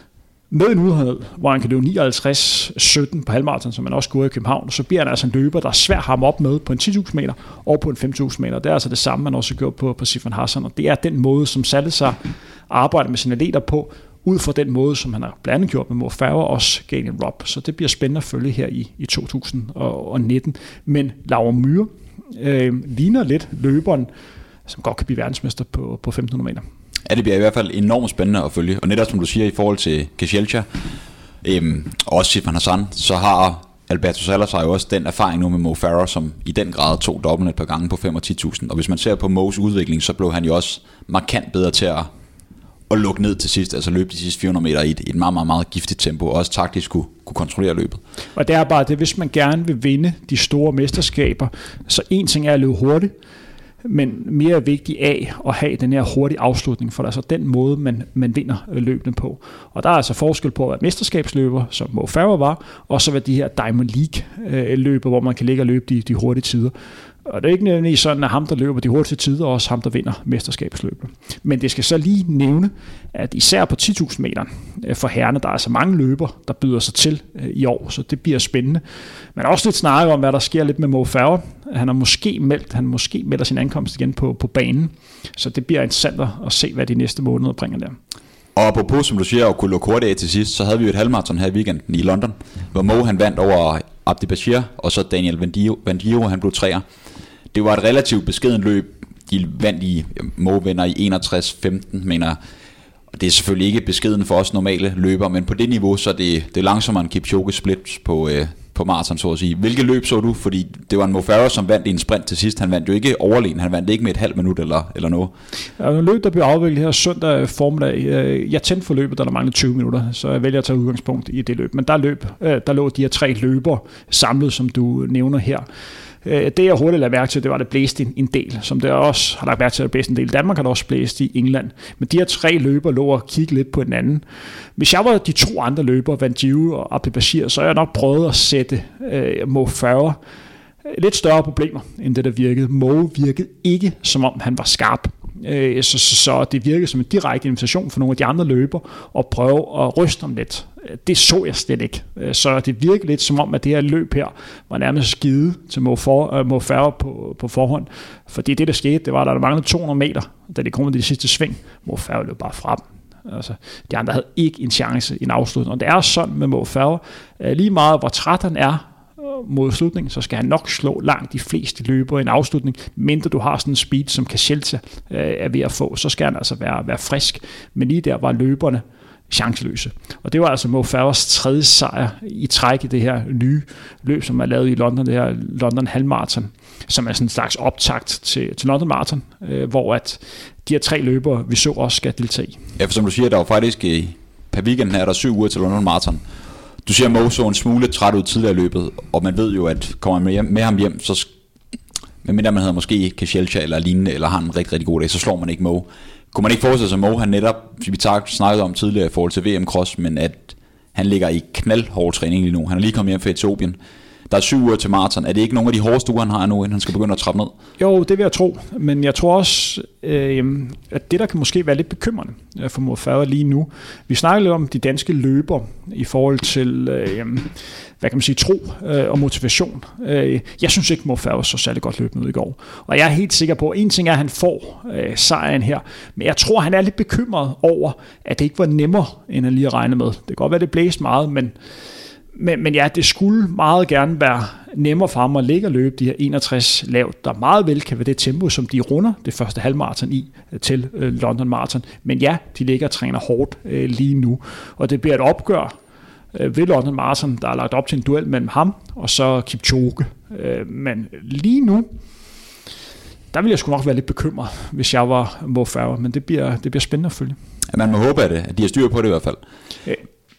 Speaker 2: med en udholdenhed, hvor han kan løbe nioghalvtreds sytten på halvmarathon, som man også går i København, så bliver han altså en løber, der er svær at hamre op med på en ti tusind meter og på en fem tusind meter. Det er altså det samme, man også har gjort på, på Sifan Hassan, og det er den måde, som Salazar arbejder med sine atleter på, ud fra den måde, som han har blandt andet gjort med Mo Farah og også Galen Rupp. Så det bliver spændende at følge her i, i to tusind nitten. Men Laura Myhre øh, ligner lidt løberen, som godt kan blive verdensmester på, på femten hundrede meter.
Speaker 1: Ja, det bliver i hvert fald enormt spændende at følge. Og netop som du siger i forhold til Kaselja, øhm, og også Sifan Hassan, så har Alberto Salazar jo også den erfaring nu med Mo Farah, som i den grad tog dobbelt et par gange på fem og ti tusind. Og hvis man ser på Mo's udvikling, så blev han jo også markant bedre til at, at lukke ned til sidst, altså løbe de sidste fire hundrede meter i et, et meget, meget, meget giftigt tempo, og også taktisk kunne, kunne kontrollere løbet.
Speaker 2: Og det er bare det, hvis man gerne vil vinde de store mesterskaber, så en ting er at løbe hurtigt, men mere vigtigt af at have den her hurtige afslutning, for det er altså den måde, man, man vinder løbene på. Og der er altså forskel på at mesterskabsløber, som Mo Farah var, og så hvad de her Diamond League-løber, hvor man kan ligge og løbe de, de hurtige tider. Og det er ikke nødvendigvis sådan, at ham, der løber de hurtige tider, også ham, der vinder mesterskabsløbet. Men det skal så lige nævne, at især på ti tusind meter for herrerne, der er så mange løber, der byder sig til i år, så det bliver spændende. Men også lidt snakke om, hvad der sker lidt med Mo Farah. Han har måske meldt, han måske melder sin ankomst igen på, på banen, så det bliver interessant at se, hvad de næste måneder bringer der.
Speaker 1: Og apropos, som du siger, at kunne lukke hurtigt af til sidst, så havde vi jo et halvmarathon her i weekenden i London, hvor Mo han vandt over Abdi Bashir, og så Daniel Vandio, han blev treer. Det var et relativt beskeden løb. De vandt i, Mo vinder i enogtres femten, mener jeg. Og det er selvfølgelig ikke beskeden for os normale løbere, men på det niveau, så er det, det er langsommere end Kipchoge split på, øh, på maraton, så at sige. Hvilke løb så du? Fordi det var en Mo Farah, som vandt i en sprint til sidst. Han vandt jo ikke overlegen, han vandt ikke med et halvt minut eller, eller noget.
Speaker 2: Ja, en løb, der blev afviklet her søndag formiddag. Jeg tændte for løbet, der der manglede tyve minutter, så jeg vælger at tage udgangspunkt i det løb. Men der, løb, der lå de her tre løber samlet, som du nævner her. Det jeg hurtigt lagde mærke til, det var, at det blæste en del, som det også har lagt mærke til, at det blæste en del. Danmark har det også blæst i England. Men de her tre løber lå og kigge lidt på hinanden. Hvis jeg var de to andre løber, Vandio og Abdi Bashir, så har jeg nok prøvet at sætte øh, Mo Farah lidt større problemer, end det der virkede. Mo virkede ikke, som om han var skarp. Øh, så, så, så det virkede som en direkte invitation for nogle af de andre løber at prøve at ryste om lidt. Det så jeg slet ikke. Så det virkede lidt som om, at det her løb her var nærmest skide til Mo Farah på, på forhånd. Fordi det, der skete, det var, at der manglede to hundrede meter, da det kom til det sidste sving. Mo Farah løb bare fra dem. Altså, de andre havde ikke en chance i en afslutning. Og det er sådan med Mo Farah. Lige meget, hvor træt han er mod slutningen, så skal han nok slå langt de fleste løbere i en afslutning, mindre du har sådan en speed, som Kaselja er ved at få, så skal han altså være, være frisk. Men lige der var løberne chanceløse. Og det var altså Mo Farahs tredje sejr i træk i det her nye løb, som er lavet i London, det her London halvmarathon, som er sådan en slags optakt til, til London Marathon, øh, hvor at de her tre løbere, vi så også skal deltage i.
Speaker 1: Ja, for som du siger, der var faktisk i per weekend her, der er syv uger til London Marathon. Du siger, at Mo så en smule træt ud tidligere i løbet, og man ved jo, at kommer man med, med ham hjem, så medmindre man hedder måske Kaselja eller lignende, eller har en rigtig, rigtig god dag, så slår man ikke Mo. Kunne man ikke forestille sig, at Mo, han netop, vi snakkede om tidligere i forhold til V M Cross, men at han ligger i knaldhård træning lige nu. Han er lige kommet hjem fra Etiopien. Der er syv uger til maraton. Er det ikke nogen af de hårdeste uger, han har nu, inden han skal begynde at trappe ned?
Speaker 2: Jo, det vil jeg tro. Men jeg tror også, øh, at det der kan måske være lidt bekymrende for Mo Farah lige nu. Vi snakker lidt om de danske løber i forhold til, øh, hvad kan man sige, tro øh, og motivation. Øh, jeg synes ikke, Mo Farah så særlig godt løbende ud i går. Og jeg er helt sikker på, at en ting er, at han får øh, sejren her. Men jeg tror, han er lidt bekymret over, at det ikke var nemmere, end han lige at regne med. Det kan godt være, det blæste meget, men Men, men ja, det skulle meget gerne være nemmere for ham at ligge og løbe de her enogtres lavt, der meget vel kan være det tempo, som de runder det første halvmarathon i til øh, London Marathon. Men ja, de ligger og træner hårdt øh, lige nu, og det bliver et opgør øh, ved London Marathon, der er lagt op til en duel mellem ham og så Kipchoge. Øh, men lige nu, der vil jeg sgu nok være lidt bekymret, hvis jeg var Mo Farah, men det bliver, det bliver spændende at følge.
Speaker 1: Ja, man må håbe, at, det, at de har styr på det i hvert fald.
Speaker 2: Øh.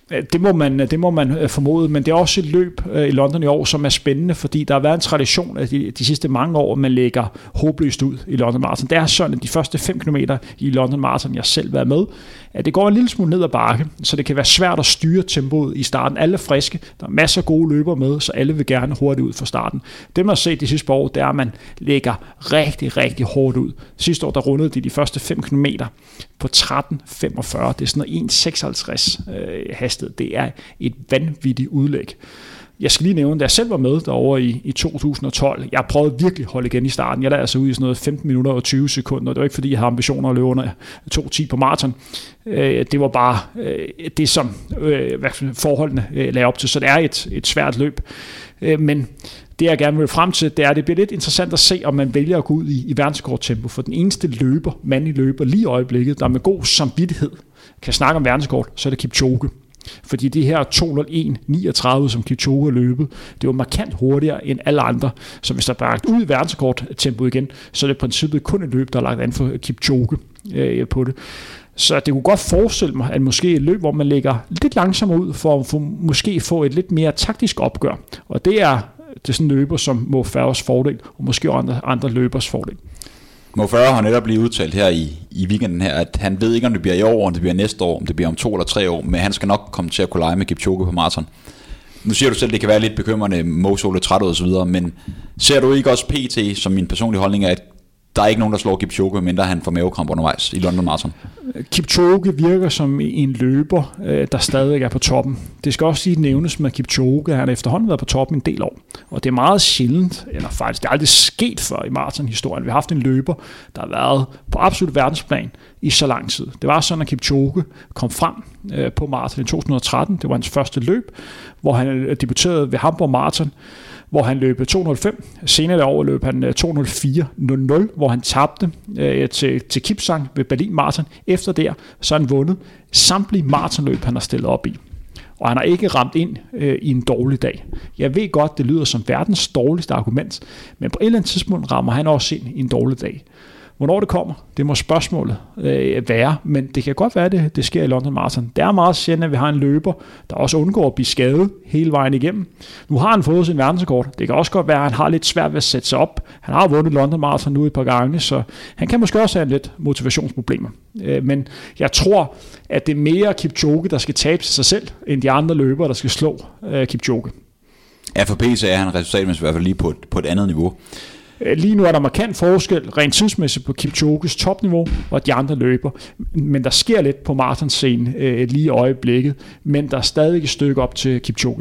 Speaker 2: Det må, man, det må man formode, men det er også et løb i London i år, som er spændende, fordi der har været en tradition af de, de sidste mange år, at man lægger håbløst ud i London Marathon. Det er sådan, at de første fem kilometer i London Marathon, jeg selv har været med, at det går en lille smule ned ad bakke, så det kan være svært at styre tempoet i starten. Alle er friske, der er masser af gode løbere med, så alle vil gerne hurtigt ud fra starten. Det man har set de sidste par år, det er, at man lægger rigtig, rigtig hårdt ud. Sidste år, der rundede de de første fem kilometer på tretten femogfyrre. Det er sådan noget en seksoghalvtreds øh, hastighed. Det er et vanvittigt udlæg. Jeg skal lige nævne, da jeg selv var med derovre i, i to tusind og tolv, jeg prøvede virkelig at holde igen i starten. Jeg lavede altså ud i sådan noget femten minutter og tyve sekunder. Det var ikke fordi, jeg havde ambitioner at løbe under to ti på maraton. Øh, det var bare øh, det, som øh, forholdene øh, lagde op til. Så det er et, et svært løb. Øh, men det, jeg gerne vil frem til, det er, at det bliver lidt interessant at se, om man vælger at gå ud i, i verdensrekordtempo. For den eneste løber, mandlig løber lige i øjeblikket, der med god samvittighed kan snakke om verdensrekord, så er det Kipchoge. Fordi de her to nul en niogtredive, som Kipchoge har løbet, det var markant hurtigere end alle andre. Så hvis der er lagt ud i verdensrekordtempo igen, så er det i princippet kun et løb, der er lagt an for Kipchoge øh, på det. Så det kunne godt forestille mig, at måske et løb, hvor man lægger lidt langsommere ud, for at få, måske få et lidt mere taktisk opgør. Og det er, det er sådan en løber, som Mo Farahs fordel, og måske andre, andre løbers fordel.
Speaker 1: Mo Farah har netop lige udtalt her i, i weekenden her, at han ved ikke, om det bliver i år, om det bliver næste år, om det bliver om to eller tre år, men han skal nok komme til at kunne lege med Kipchoge på maraton. Nu siger du selv, at det kan være lidt bekymrende, Mo så lidt træt ud og så videre, men ser du ikke også P T, som min personlige holdning er, at der er ikke nogen, der slår Kipchoge, mindre han får mavekramp undervejs i London Marathon? Kipchoge virker som en løber, der stadig er på toppen. Det skal også lige nævnes med Kipchoge, han har efterhånden været på toppen en del år. Og det er meget sjældent, eller faktisk det er aldrig sket før i maratonhistorien. Vi har haft en løber, der har været på absolut verdensplan i så lang tid. Det var sådan, at Kipchoge kom frem på maraton i to tusind og tretten. Det var hans første løb, hvor han debuterede ved Hamburg Marathon, hvor han løb to nul fem. Senere år løb han to nul fire nul nul, hvor han tabte øh, til, til Kipsang ved Berlin Marathon. Efter der, så har han vundet samtlige maratonløb, han har stillet op i. Og han har ikke ramt ind øh, i en dårlig dag. Jeg ved godt, det lyder som verdens dårligste argument, men på et eller andet tidspunkt rammer han også ind i en dårlig dag. Hvornår det kommer, det må spørgsmålet øh, være, men det kan godt være, at det, det sker i London Marathon. Det er meget sjældent, at vi har en løber, der også undgår at blive skadet hele vejen igennem. Nu har han fået sin verdensrekord. Det kan også godt være, at han har lidt svært ved at sætte sig op. Han har vundet London Marathon nu et par gange, så han kan måske også have lidt motivationsproblemer. Øh, men jeg tror, at det er mere Kipchoge, der skal tabe sig selv, end de andre løbere, der skal slå øh, Kipchoge. Ja, for P C er han resultatmæssigt i hvert fald lige på et, på et andet niveau.
Speaker 2: Lige nu er der markant forskel rent tidsmæssigt på Kipchoges topniveau og de andre løber, men der sker lidt på marathonscenen øh, lige i øjeblikket, men der er stadig et stykke op til Kipchoge.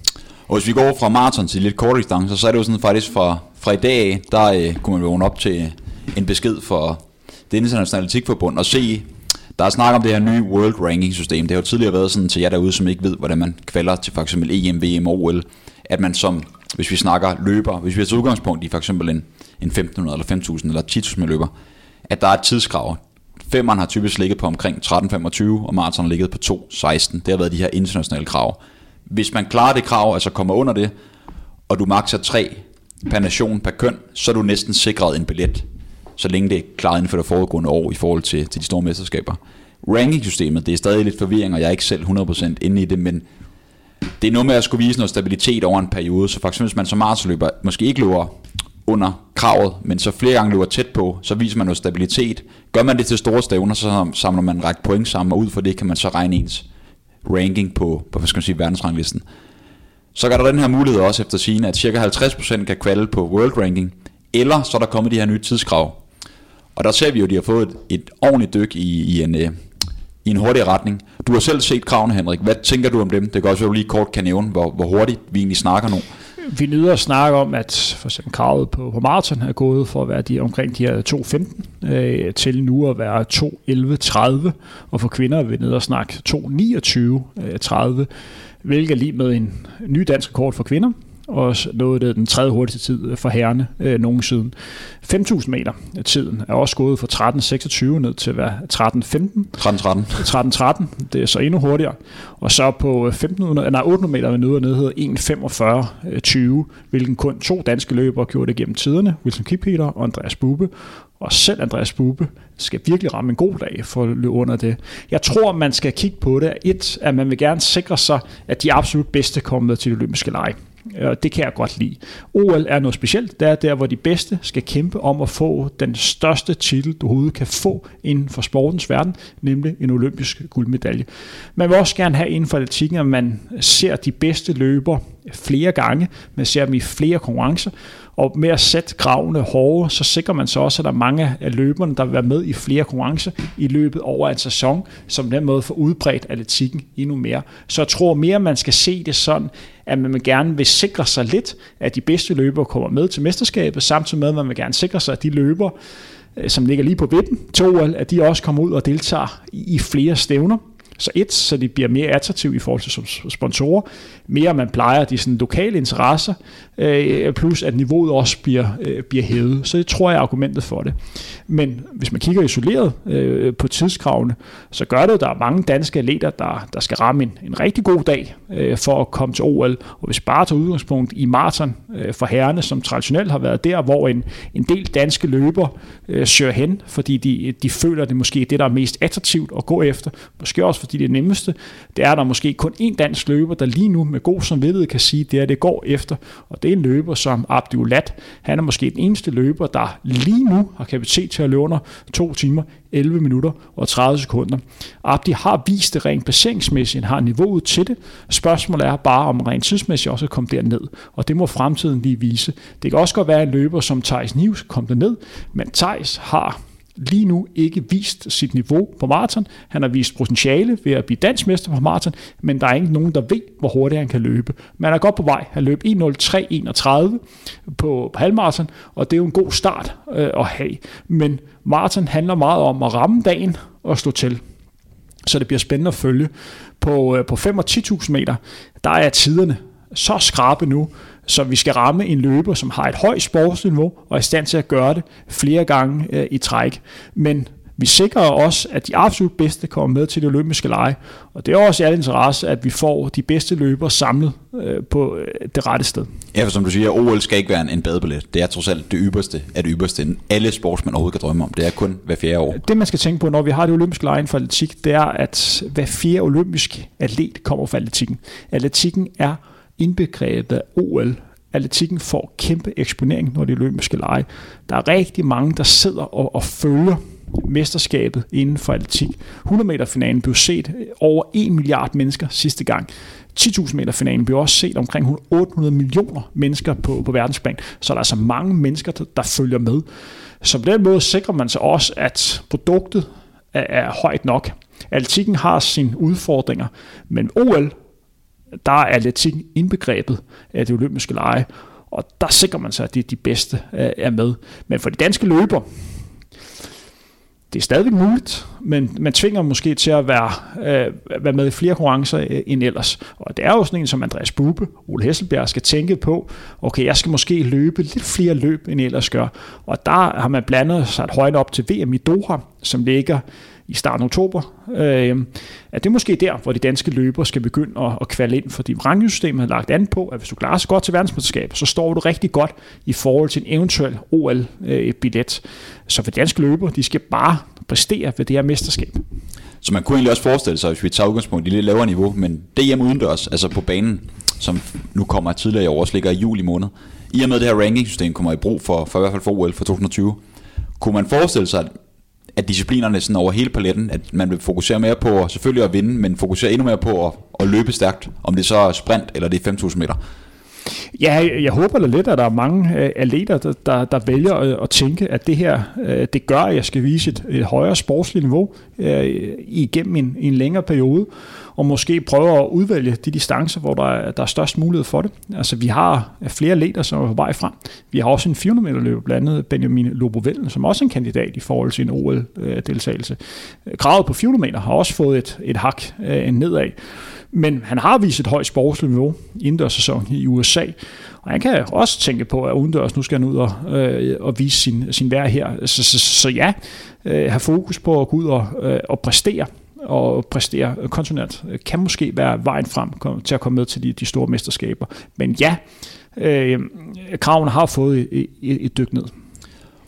Speaker 1: Og hvis vi går fra maraton til lidt korte distancer, så er det jo sådan faktisk fra, fra i dag af, der øh, kunne man vågne op til en besked for det internationale atletikforbund og se, der er snak om det her nye World Ranking system. Det har jo tidligere været sådan til jer derude, som ikke ved, hvordan man kvalder til for eksempel E M, V M og O L, at man som, hvis vi snakker løber, hvis vi har til udgangspunkt i for eksempel en, en femten hundrede eller fem tusind eller ti tusind løber, at der er et tidskrav. Femmeren har typisk ligget på omkring tretten femogtyve, og maraton har ligget på to seksten. Det har været de her internationale krav. Hvis man klarer det krav, altså kommer under det, og du makser tre per nation per køn, så er du næsten sikret en billet, så længe det er klaret inden for det foregående år i forhold til, til de store mesterskaber. Rankingsystemet, det er stadig lidt forvirring, og jeg er ikke selv hundrede procent inde i det, men det er noget med at skulle vise noget stabilitet over en periode, så for eksempel hvis man som maratonløber måske ikke løber under kravet, men så flere gange løber tæt på, så viser man noget stabilitet. Gør man det til store stævner, så samler man en række point sammen, og ud fra det kan man så regne ens ranking på, på hvad skal man sige, verdensranglisten. Så gør der den her mulighed også efter sigende, at cirka halvtreds procent kan kvalde på World Ranking, eller så er der kommet de her nye tidskrav. Og der ser vi jo, at de har fået et, et ordentligt dyk i, i, en, øh, i en hurtig retning. Du har selv set kravene, Henrik. Hvad tænker du om dem? Det kan også være, du lige kort kan nævne, hvor, hvor hurtigt vi egentlig snakker nu.
Speaker 2: Vi nyder at snakke om, at for eksempel kravet på, på maraton er gået for at være de, omkring de her to femten øh, til nu at være to elleve tredive, og for kvinder er vi nede og snakke to niogtyve tredive, hvilket er lige med en ny dansk rekord for kvinder, og noget af den tredje hurtigste tid for herrene øh, nogensinde. fem tusind meter tiden er også gået fra tretten seksogtyve ned til at være tretten femten.
Speaker 1: tretten tretten.
Speaker 2: tretten tretten, det er så endnu hurtigere. Og så på femten hundrede, nej, otte hundrede meter ved nede og nede hedder en femogfyrre tyve, hvilken kun to danske løbere gjorde det gennem tiderne, Wilson Kipketer og Andreas Bubbe. og selv Andreas Bubbe skal virkelig ramme en god dag for at løbe under det. Jeg tror, man skal kigge på det. Et, at man vil gerne sikre sig, at de absolut bedste kommer med til de olympiske lege. Det kan jeg godt lide. O L er noget specielt. Det er der, hvor de bedste skal kæmpe om at få den største titel, du overhovedet kan få inden for sportens verden, nemlig en olympisk guldmedalje. Man vil også gerne have inden for atletikken, at man ser de bedste løber flere gange. Man ser dem i flere konkurrencer. Og med at sætte kravene hårdere, så sikrer man så også, at der er mange af løberne, der vil være med i flere konkurrencer i løbet over en sæson, som den måde får udbredt atletikken endnu mere. Så jeg tror mere, man skal se det sådan, at man gerne vil sikre sig lidt, at de bedste løbere kommer med til mesterskabet, samtidig med, at man vil gerne sikre sig, at de løbere, som ligger lige på vippen til O L, at de også kommer ud og deltager i flere stævner. Så et, så de bliver mere attraktive i forhold til sponsorer, mere man plejer de sådan lokale interesser, øh, plus at niveauet også bliver, øh, bliver hævet. Så det tror jeg er argumentet for det. Men hvis man kigger isoleret øh, på tidskravene, så gør det, at der er mange danske atleter, der, der skal ramme en, en rigtig god dag øh, for at komme til O L. Og hvis bare tager udgangspunkt i maraton øh, for herrerne, som traditionelt har været der, hvor en, en del danske løber øh, søger hen, fordi de, de føler, det måske er det, der er mest attraktivt at gå efter. Måske også fordi det nemmeste, det er der måske kun én dansk løber, der lige nu med god samvittighed kan sige, det er det går efter. Og det er en løber som Abdi Ulat. Han er måske den eneste løber, der lige nu har kapacitet til at løbe under to timer, elleve minutter og tredive sekunder. Abdi har vist det rent placeringsmæssigt, han har niveauet til det. Spørgsmålet er bare, om rent tidsmæssigt også kommer derned. Og det må fremtiden lige vise. Det kan også godt være en løber som Theis Nives kom derned, men Theis har lige nu ikke vist sit niveau på maraton. Han har vist potentiale ved at blive dansk mester på maraton, men der er ikke nogen, der ved, hvor hurtigt han kan løbe. Man er godt på vej. Han løb en nul tre enogtredive på, på halvmaraton, og det er jo en god start øh, at have. Men maraton handler meget om at ramme dagen og slå til. Så det bliver spændende at følge. På, øh, på fem og ti tusind meter, der er tiderne så skrabe nu, så vi skal ramme en løber, som har et højt sportsniveau og er i stand til at gøre det flere gange øh, i træk. Men vi sikrer også, at de absolut bedste kommer med til det olympiske lege, og det er også i al interesse, at vi får de bedste løbere samlet øh, på øh, det rette sted.
Speaker 1: Ja, for som du siger, O L skal ikke være en badebillet. Det er trods alt det ypperste af det ypperste, alle sportsmænd overhovedet kan drømme om. Det er kun hver fjerde år.
Speaker 2: Det man skal tænke på, når vi har det olympiske lege for atletik, det er, at hver fjerde olympisk atlet kommer fra atletikken. Atletikken er indbegrebet af O L. Atletikken får kæmpe eksponering, når det er olympiske lege. Der er rigtig mange, der sidder og, og følger mesterskabet inden for atletik. hundrede meter finalen blev set over en milliard mennesker sidste gang. ti tusind meter finalen blev også set omkring otte hundrede millioner mennesker på, på verdensplan. Så der er altså mange mennesker, der, der følger med. Så på den måde sikrer man sig også, at produktet er, er højt nok. Atletikken har sine udfordringer, men O L, der er atletikken indbegrebet af det olympiske lege, og der sikrer man sig, at det de bedste er med. Men for de danske løber, det er stadigvæk muligt, men man tvinger måske til at være, øh, være med i flere konkurrencer øh, end ellers. Og det er jo sådan en som Andreas Bubbe, Ole Hesselbjerg skal tænke på, okay, jeg skal måske løbe lidt flere løb, end ellers gør. Og der har man blandet sig et højt op til V M i Doha, som ligger i starten af oktober, øh, at det er måske der, hvor de danske løbere skal begynde at, at kvalde ind, fordi rangsystemet har lagt an på, at hvis du klarer sig godt til verdensmesterskab, så står du rigtig godt i forhold til en eventuel O L-billet. Så for de danske løbere, de skal bare præstere ved det her mesterskab.
Speaker 1: Så man kunne egentlig også forestille sig, hvis vi tager udgangspunkt i lidt lavere niveau, men det hjemme udendørs, altså på banen, som nu kommer tidligere i år, også ligger i juli måned, i og med det her rankingsystem kommer i brug for, for i hvert fald for O L for to tusind og tyve, kunne man forestille sig, at at disciplinerne sådan over hele paletten, at man vil fokusere mere på selvfølgelig at vinde, men fokusere endnu mere på at, at løbe stærkt, om det så er sprint eller det er fem tusind meter.
Speaker 2: Ja, jeg håber da lidt, at der er mange atleter, der, der, der vælger at, at tænke, at det her, det gør, at jeg skal vise et, et højere sportsligt niveau øh, igennem en, en længere periode, og måske prøve at udvælge de distancer, hvor der er, der er størst mulighed for det. Altså, vi har flere atleter, som er på vej frem. Vi har også en fire hundrede meter løber, blandt andet Benjamin Lobovell, som også er en kandidat i forhold til en O L-deltagelse. Kravet på fire hundrede meter har også fået et, et hak øh, nedad. Men han har vist et højt sportsligt niveau i indendørssæson i U S A, og han kan også tænke på, at udendørs nu skal han ud og, øh, og vise sin, sin værd her. Så, så, så ja, øh, have fokus på at gå ud og, øh, og præstere, og præstere kontinuerligt, kan måske være vejen frem til at komme med til de, de store mesterskaber. Men ja, øh, kravene har fået et, et, et dyk ned.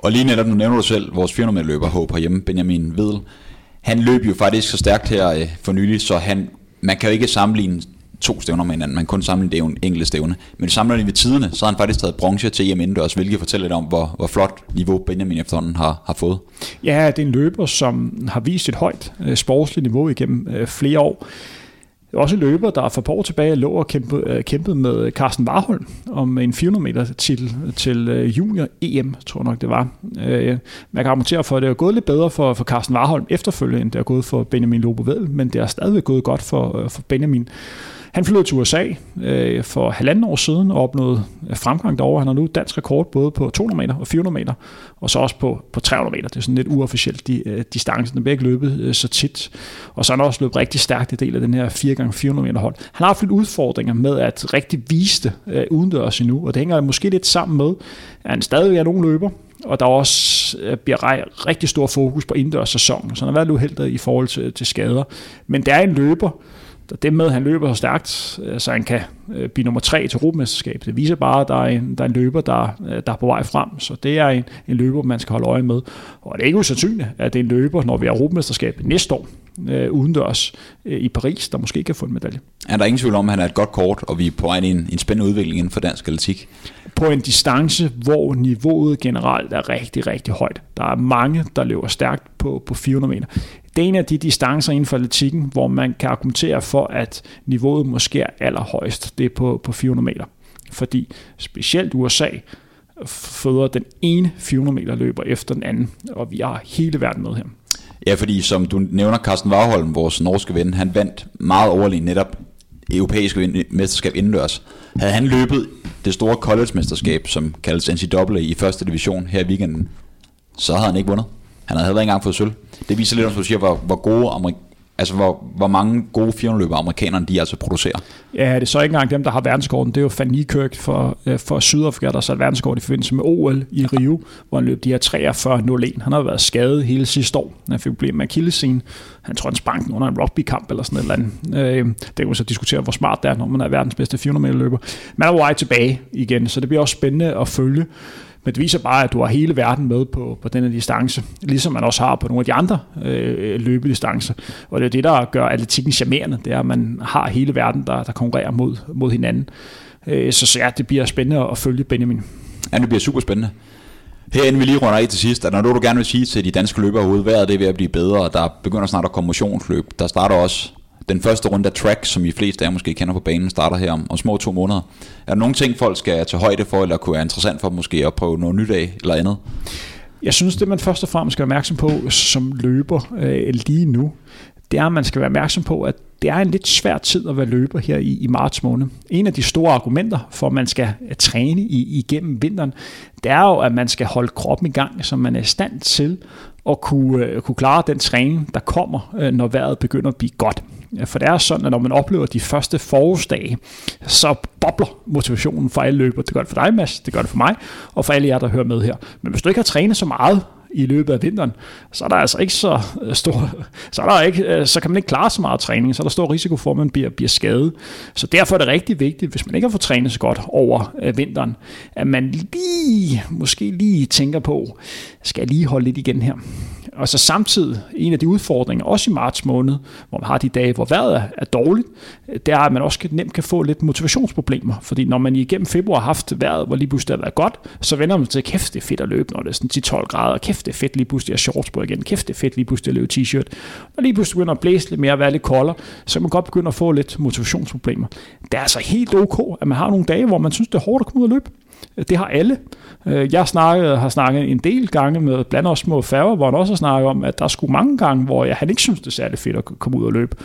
Speaker 1: Og lige netop, nu nævner du selv, vores fire hundrede meter løber Håb herhjemme, Benjamin Vedel, han løb jo faktisk så stærkt her øh, for nylig, så han, man kan jo ikke sammenligne to stævner med hinanden, man kan kun sammenligne det jo en enkelt stævne. Men sammenlignet ved tiderne, så har han faktisk taget bronze til E M indendørs, hvilket fortæller lidt om, hvor, hvor flot niveau Benjamin efterhånden har, har fået.
Speaker 2: Ja, det er en løber, som har vist et højt øh, sportsligt niveau igennem øh, flere år. Det er også en løber, der for et par år tilbage lå og kæmpede, kæmpede med Carsten Warholm om en fire hundrede meter titel til junior E M, tror jeg nok det var. Man kan argumentere for, at det er gået lidt bedre for, for Carsten Warholm efterfølgende, end det er gået for Benjamin Lobo-Vedel, men det er stadigvæk gået godt for, for Benjamin. Han flyttede til U S A øh, for halvanden år siden og opnåede fremgang derovre. Han har nu dansk rekord både på to hundrede meter og fire hundrede meter, og så også på, på tre hundrede meter. Det er sådan lidt uofficielt de, øh, distancen. Den bliver ikke løbet øh, så tit. Og så har han også løbet rigtig stærkt i del af den her fire gange fire hundrede meter hold. Han har haft lidt udfordringer med at rigtig vise det øh, udendørs endnu, og det hænger måske lidt sammen med, at han stadig er nogen løber, og der også øh, bliver rej, rigtig stor fokus på indendørs sæson. Så han har været uheldig i forhold til, til skader. Men det er en løber, det med, at han løber så stærkt, så han kan blive nummer tre til Europamesterskabet. Det viser bare, at der er en, der er en løber, der, der er på vej frem. Så det er en, en løber, man skal holde øje med. Og det er ikke usandsynligt, at det er en løber, når vi er Europamesterskabet næste år, øh, udendørs øh, i Paris, der måske kan få en medalje.
Speaker 1: Er der ingen tvivl om, at han er et godt kort, og vi er på vej i en, en spændende udvikling inden for dansk atletik?
Speaker 2: På en distance, hvor niveauet generelt er rigtig, rigtig højt. Der er mange, der løber stærkt på, på fire hundrede meter. Det er en af de distancer inden for atletikken, hvor man kan argumentere for, at niveauet måske er allerhøjst. Det er på, på fire hundrede meter. Fordi specielt U S A føder den ene fire hundrede meter løber efter den anden, og vi har hele verden med her.
Speaker 1: Ja, fordi som du nævner, Carsten Warholm, vores norske ven, han vandt meget overlegen netop europæiske mesterskab indendørs. Havde han løbet det store college-mesterskab, som kaldes N C A A i første division her i weekenden, så havde han ikke vundet. Han havde heller ikke engang fået sølv. Det viser lidt om, som du siger, hvor, hvor gode amerik- altså hvor, hvor mange gode fire hundrede løbere amerikanerne de altså producerer. Ja,
Speaker 2: det er så ikke engang dem, der har verdensrekorden. Det er jo Van Niekerk for, for Sydafrika, der satte verdensrekord i forbindelse med O L i Rio, hvor han løb de her treogfyrre nul en. Han har været skadet hele sidste år. Han fik problemer med akillessenen. Han tror, han sprang den under en rugbykamp eller sådan et eller andet. Det kan man så diskutere, hvor smart det er, når man er verdens bedste fire hundrede meter løber. Man er på vej tilbage igen, så det bliver også spændende at følge. Men det viser bare, at du har hele verden med på, på denne distance, ligesom man også har på nogle af de andre øh, løbedistancer. Og det er det, der gør atletikken charmerende, det er, at man har hele verden, der, der konkurrerer mod, mod hinanden. Øh, så, så ja, det bliver spændende at følge Benjamin.
Speaker 1: Ja, det bliver super spændende. Herinde vi lige runder af til sidst, at når du gerne vil sige til de danske løbere herude, vejret det er ved at blive bedre, og der begynder snart at komme motionsløb. Der starter også den første runde af track, som I fleste af jer måske kender på banen, starter her om, om små to måneder. Er der nogle ting, folk skal tage højde for, eller kunne være interessant for måske at prøve noget nyt af, eller andet?
Speaker 2: Jeg synes, det man først og fremmest skal være opmærksom på som løber øh, lige nu, det er, at man skal være opmærksom på, at det er en lidt svær tid at være løber her i, i marts måned. En af de store argumenter for, at man skal træne i, igennem vinteren, det er jo, at man skal holde kroppen i gang, så man er i stand til at kunne, uh, kunne klare den træning, der kommer, uh, når vejret begynder at blive godt. For det er sådan, at når man oplever de første forårsdage, så bobler motivationen for alle løbere. Det gør det for dig, Mads, det gør det for mig, og for alle jer, der hører med her. Men hvis du ikke har trænet så meget i løbet af vinteren, så er der altså ikke så stor, så, er der ikke, så kan man ikke klare så meget træning, så er der stor risiko for, at man bliver, bliver skadet. Så derfor er det rigtig vigtigt, hvis man ikke har fået trænet så godt over øh, vinteren, at man lige, måske lige tænker på, skal jeg lige holde lidt igen her. Og så samtidig, en af de udfordringer, også i marts måned, hvor man har de dage, hvor vejret er dårligt, det er, at man også nemt kan få lidt motivationsproblemer. Fordi når man igennem februar har haft vejret, hvor lige pludselig har været godt, så vender man til, kæft det er fedt at løbe, når det er sådan ti til tolv grader, kæft det er fedt lige pludselig at shorts på igen, kæft det er fedt lige pludselig at løbe t-shirt. Når lige pludselig begynder at blæse lidt mere og være lidt koldere, så kan man godt begynde at få lidt motivationsproblemer. Det er altså helt ok, at man har nogle dage, hvor man synes, det er hårdt at komme ud og løbe. Det har alle. Jeg snakket, har snakket en del gange med blandt også små færger, hvor han også har snakket om, at der skulle mange gange, hvor jeg, han ikke synes, det er særlig fedt at komme ud og løbe.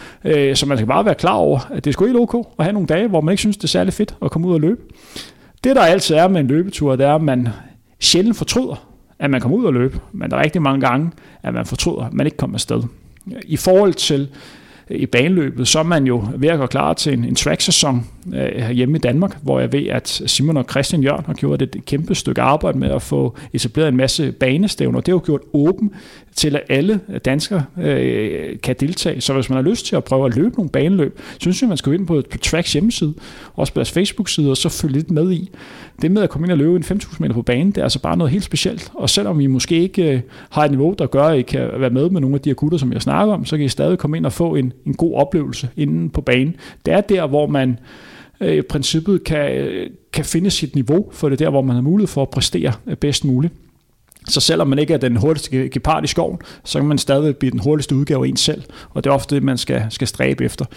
Speaker 2: Så man skal bare være klar over, at det er sgu helt ok at have nogle dage, hvor man ikke synes, det er særlig fedt at komme ud og løbe. Det der altid er med en løbetur, det er, at man sjældent fortryder, at man kommer ud og løbe. Men der er rigtig mange gange, at man fortryder, at man ikke kommer afsted. I forhold til i baneløbet, så er man jo ved at gå klar til en, en track-sæson øh, hjemme i Danmark, hvor jeg ved, at Simon og Christian Jørn har gjort et kæmpe stykke arbejde med at få etableret en masse banestævner. Det har jo gjort åben til, at alle danskere øh, kan deltage. Så hvis man har lyst til at prøve at løbe nogle baneløb, så synes jeg, man skal gå ind på, på Tracks hjemmeside, også på deres Facebook-side, og så følge lidt med i. Det med at komme ind og løbe en fem tusind meter på banen, det er altså bare noget helt specielt. Og selvom vi måske ikke øh, har et niveau, der gør, at I kan være med med nogle af de her gutter, som jeg snakker om, så kan I stadig komme ind og få en, en god oplevelse inde på banen. Det er der, hvor man øh, i princippet kan, kan finde sit niveau, for det er der, hvor man har mulighed for at præstere bedst muligt. Så selvom man ikke er den hurtigste gepard i skoven, så kan man stadig blive den hurtigste udgave af en selv, og det er ofte det, man skal, skal stræbe efter.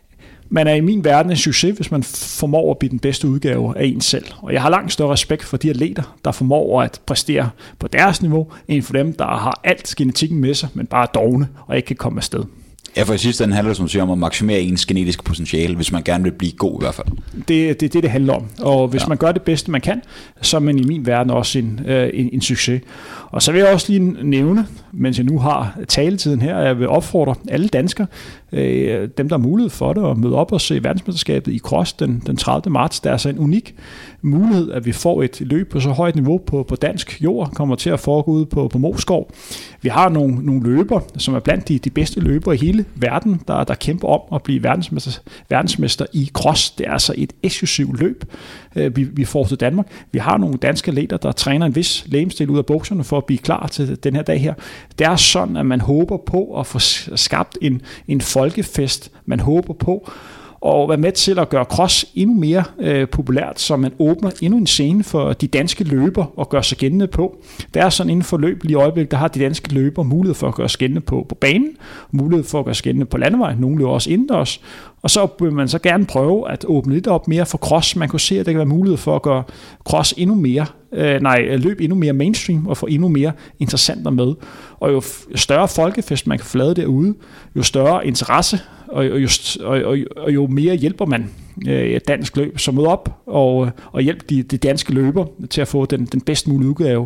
Speaker 2: Man er i min verden en succes, hvis man formår at blive den bedste udgave af en selv. Og jeg har langt større respekt for de atleter, der formår at præstere på deres niveau, end for dem, der har alt genetikken med sig, men bare er dovne og ikke kan komme afsted.
Speaker 1: Ja, for i sidste ende handler det, som du siger, om at maksimere ens genetiske potentiale, hvis man gerne vil blive god i hvert fald.
Speaker 2: Det er det, det, det handler om. Og hvis ja. man gør det bedste, man kan, så er man i min verden også en, øh, en, en succes. Og så vil jeg også lige nævne, mens jeg nu har taletiden her, at jeg vil opfordre alle danskere, øh, dem der har mulighed for det, at møde op og se verdensmesterskabet i cross den, den tredivte marts. Der er altså en unik mulighed, at vi får et løb på så højt niveau på, på dansk jord, kommer til at foregå ude på, på Moskov. Vi har nogle, nogle løber, som er blandt de, de bedste løbere i hele verden, der, der kæmper om at blive verdensmester, verdensmester i cross. Det er altså et eksklusivt løb, øh, vi, vi får til Danmark. Vi har nogle danske atleter, der træner en vis legemstil ud af bukserne for at blive klar til den her dag her. Det er sådan, at man håber på at få skabt en, en folkefest. Man håber på og være med til at gøre cross endnu mere øh, populært, så man åbner endnu en scene for de danske løber og gør sig gældende på. Det er sådan inden for løb lige i øjeblikket, der har de danske løber mulighed for at gøre sig gældende på, på banen, mulighed for at gøre sig gældende på landevejen, nogle løber også indendørs, og så vil man så gerne prøve at åbne lidt op mere for cross. Man kunne se, at der kan være mulighed for at gøre cross endnu mere, øh, nej, løb endnu mere mainstream og få endnu mere interessanter med. Og jo større folkefest man kan få lavet derude, jo større interesse og, og, jo, og, og, og jo mere hjælper man øh, dansk løb. Så mød op og, og hjælp de, de danske løber til at få den, den bedst mulige udgave,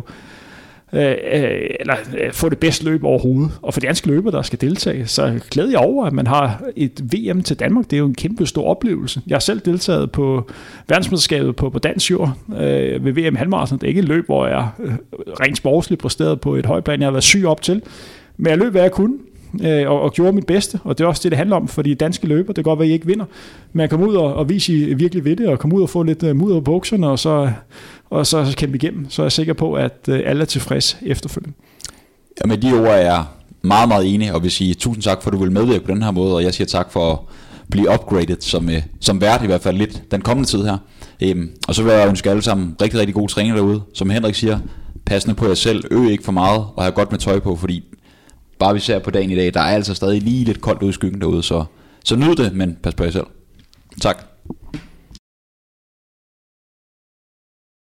Speaker 2: øh, eller øh, få det bedste løb overhovedet. Og for de danske løber, der skal deltage, så glæder jeg over, at man har et V M til Danmark. Det er jo en kæmpe stor oplevelse. Jeg har selv deltaget på verdensmesterskabet på, på dansk jord øh, ved V M halvmarathon. Det er ikke et løb, hvor jeg øh, rent sportsligt præsterede på et højt plan. Jeg har været syg op til, men jeg løb, hvad jeg kunne. Og, og gjorde mit bedste, og det er også det, det handler om, fordi danske løber, det kan godt være, at I ikke vinder, men jeg kommer ud og, og vise I virkelig ved det, og komme ud og få lidt uh, mudder på bukserne, og så, og så kæmpe igennem, så er jeg sikker på, at uh, alle er tilfredse efterfølgende.
Speaker 1: Ja, med de ord er jeg meget, meget enig, og vil sige tusind tak for, at du vil medvirke på den her måde, og jeg siger tak for at blive upgraded som, uh, som vært i hvert fald lidt den kommende tid her. Um, og så vil jeg ønske alle sammen rigtig, rigtig god træning derude. Som Henrik siger, pas nu på jer selv, øv ikke for meget, og have godt med tøj på, fordi bare vi ser på dagen i dag, der er altså stadig lige lidt koldt ude i skyggen derude, så, så nyd det, men pas på jer selv. Tak.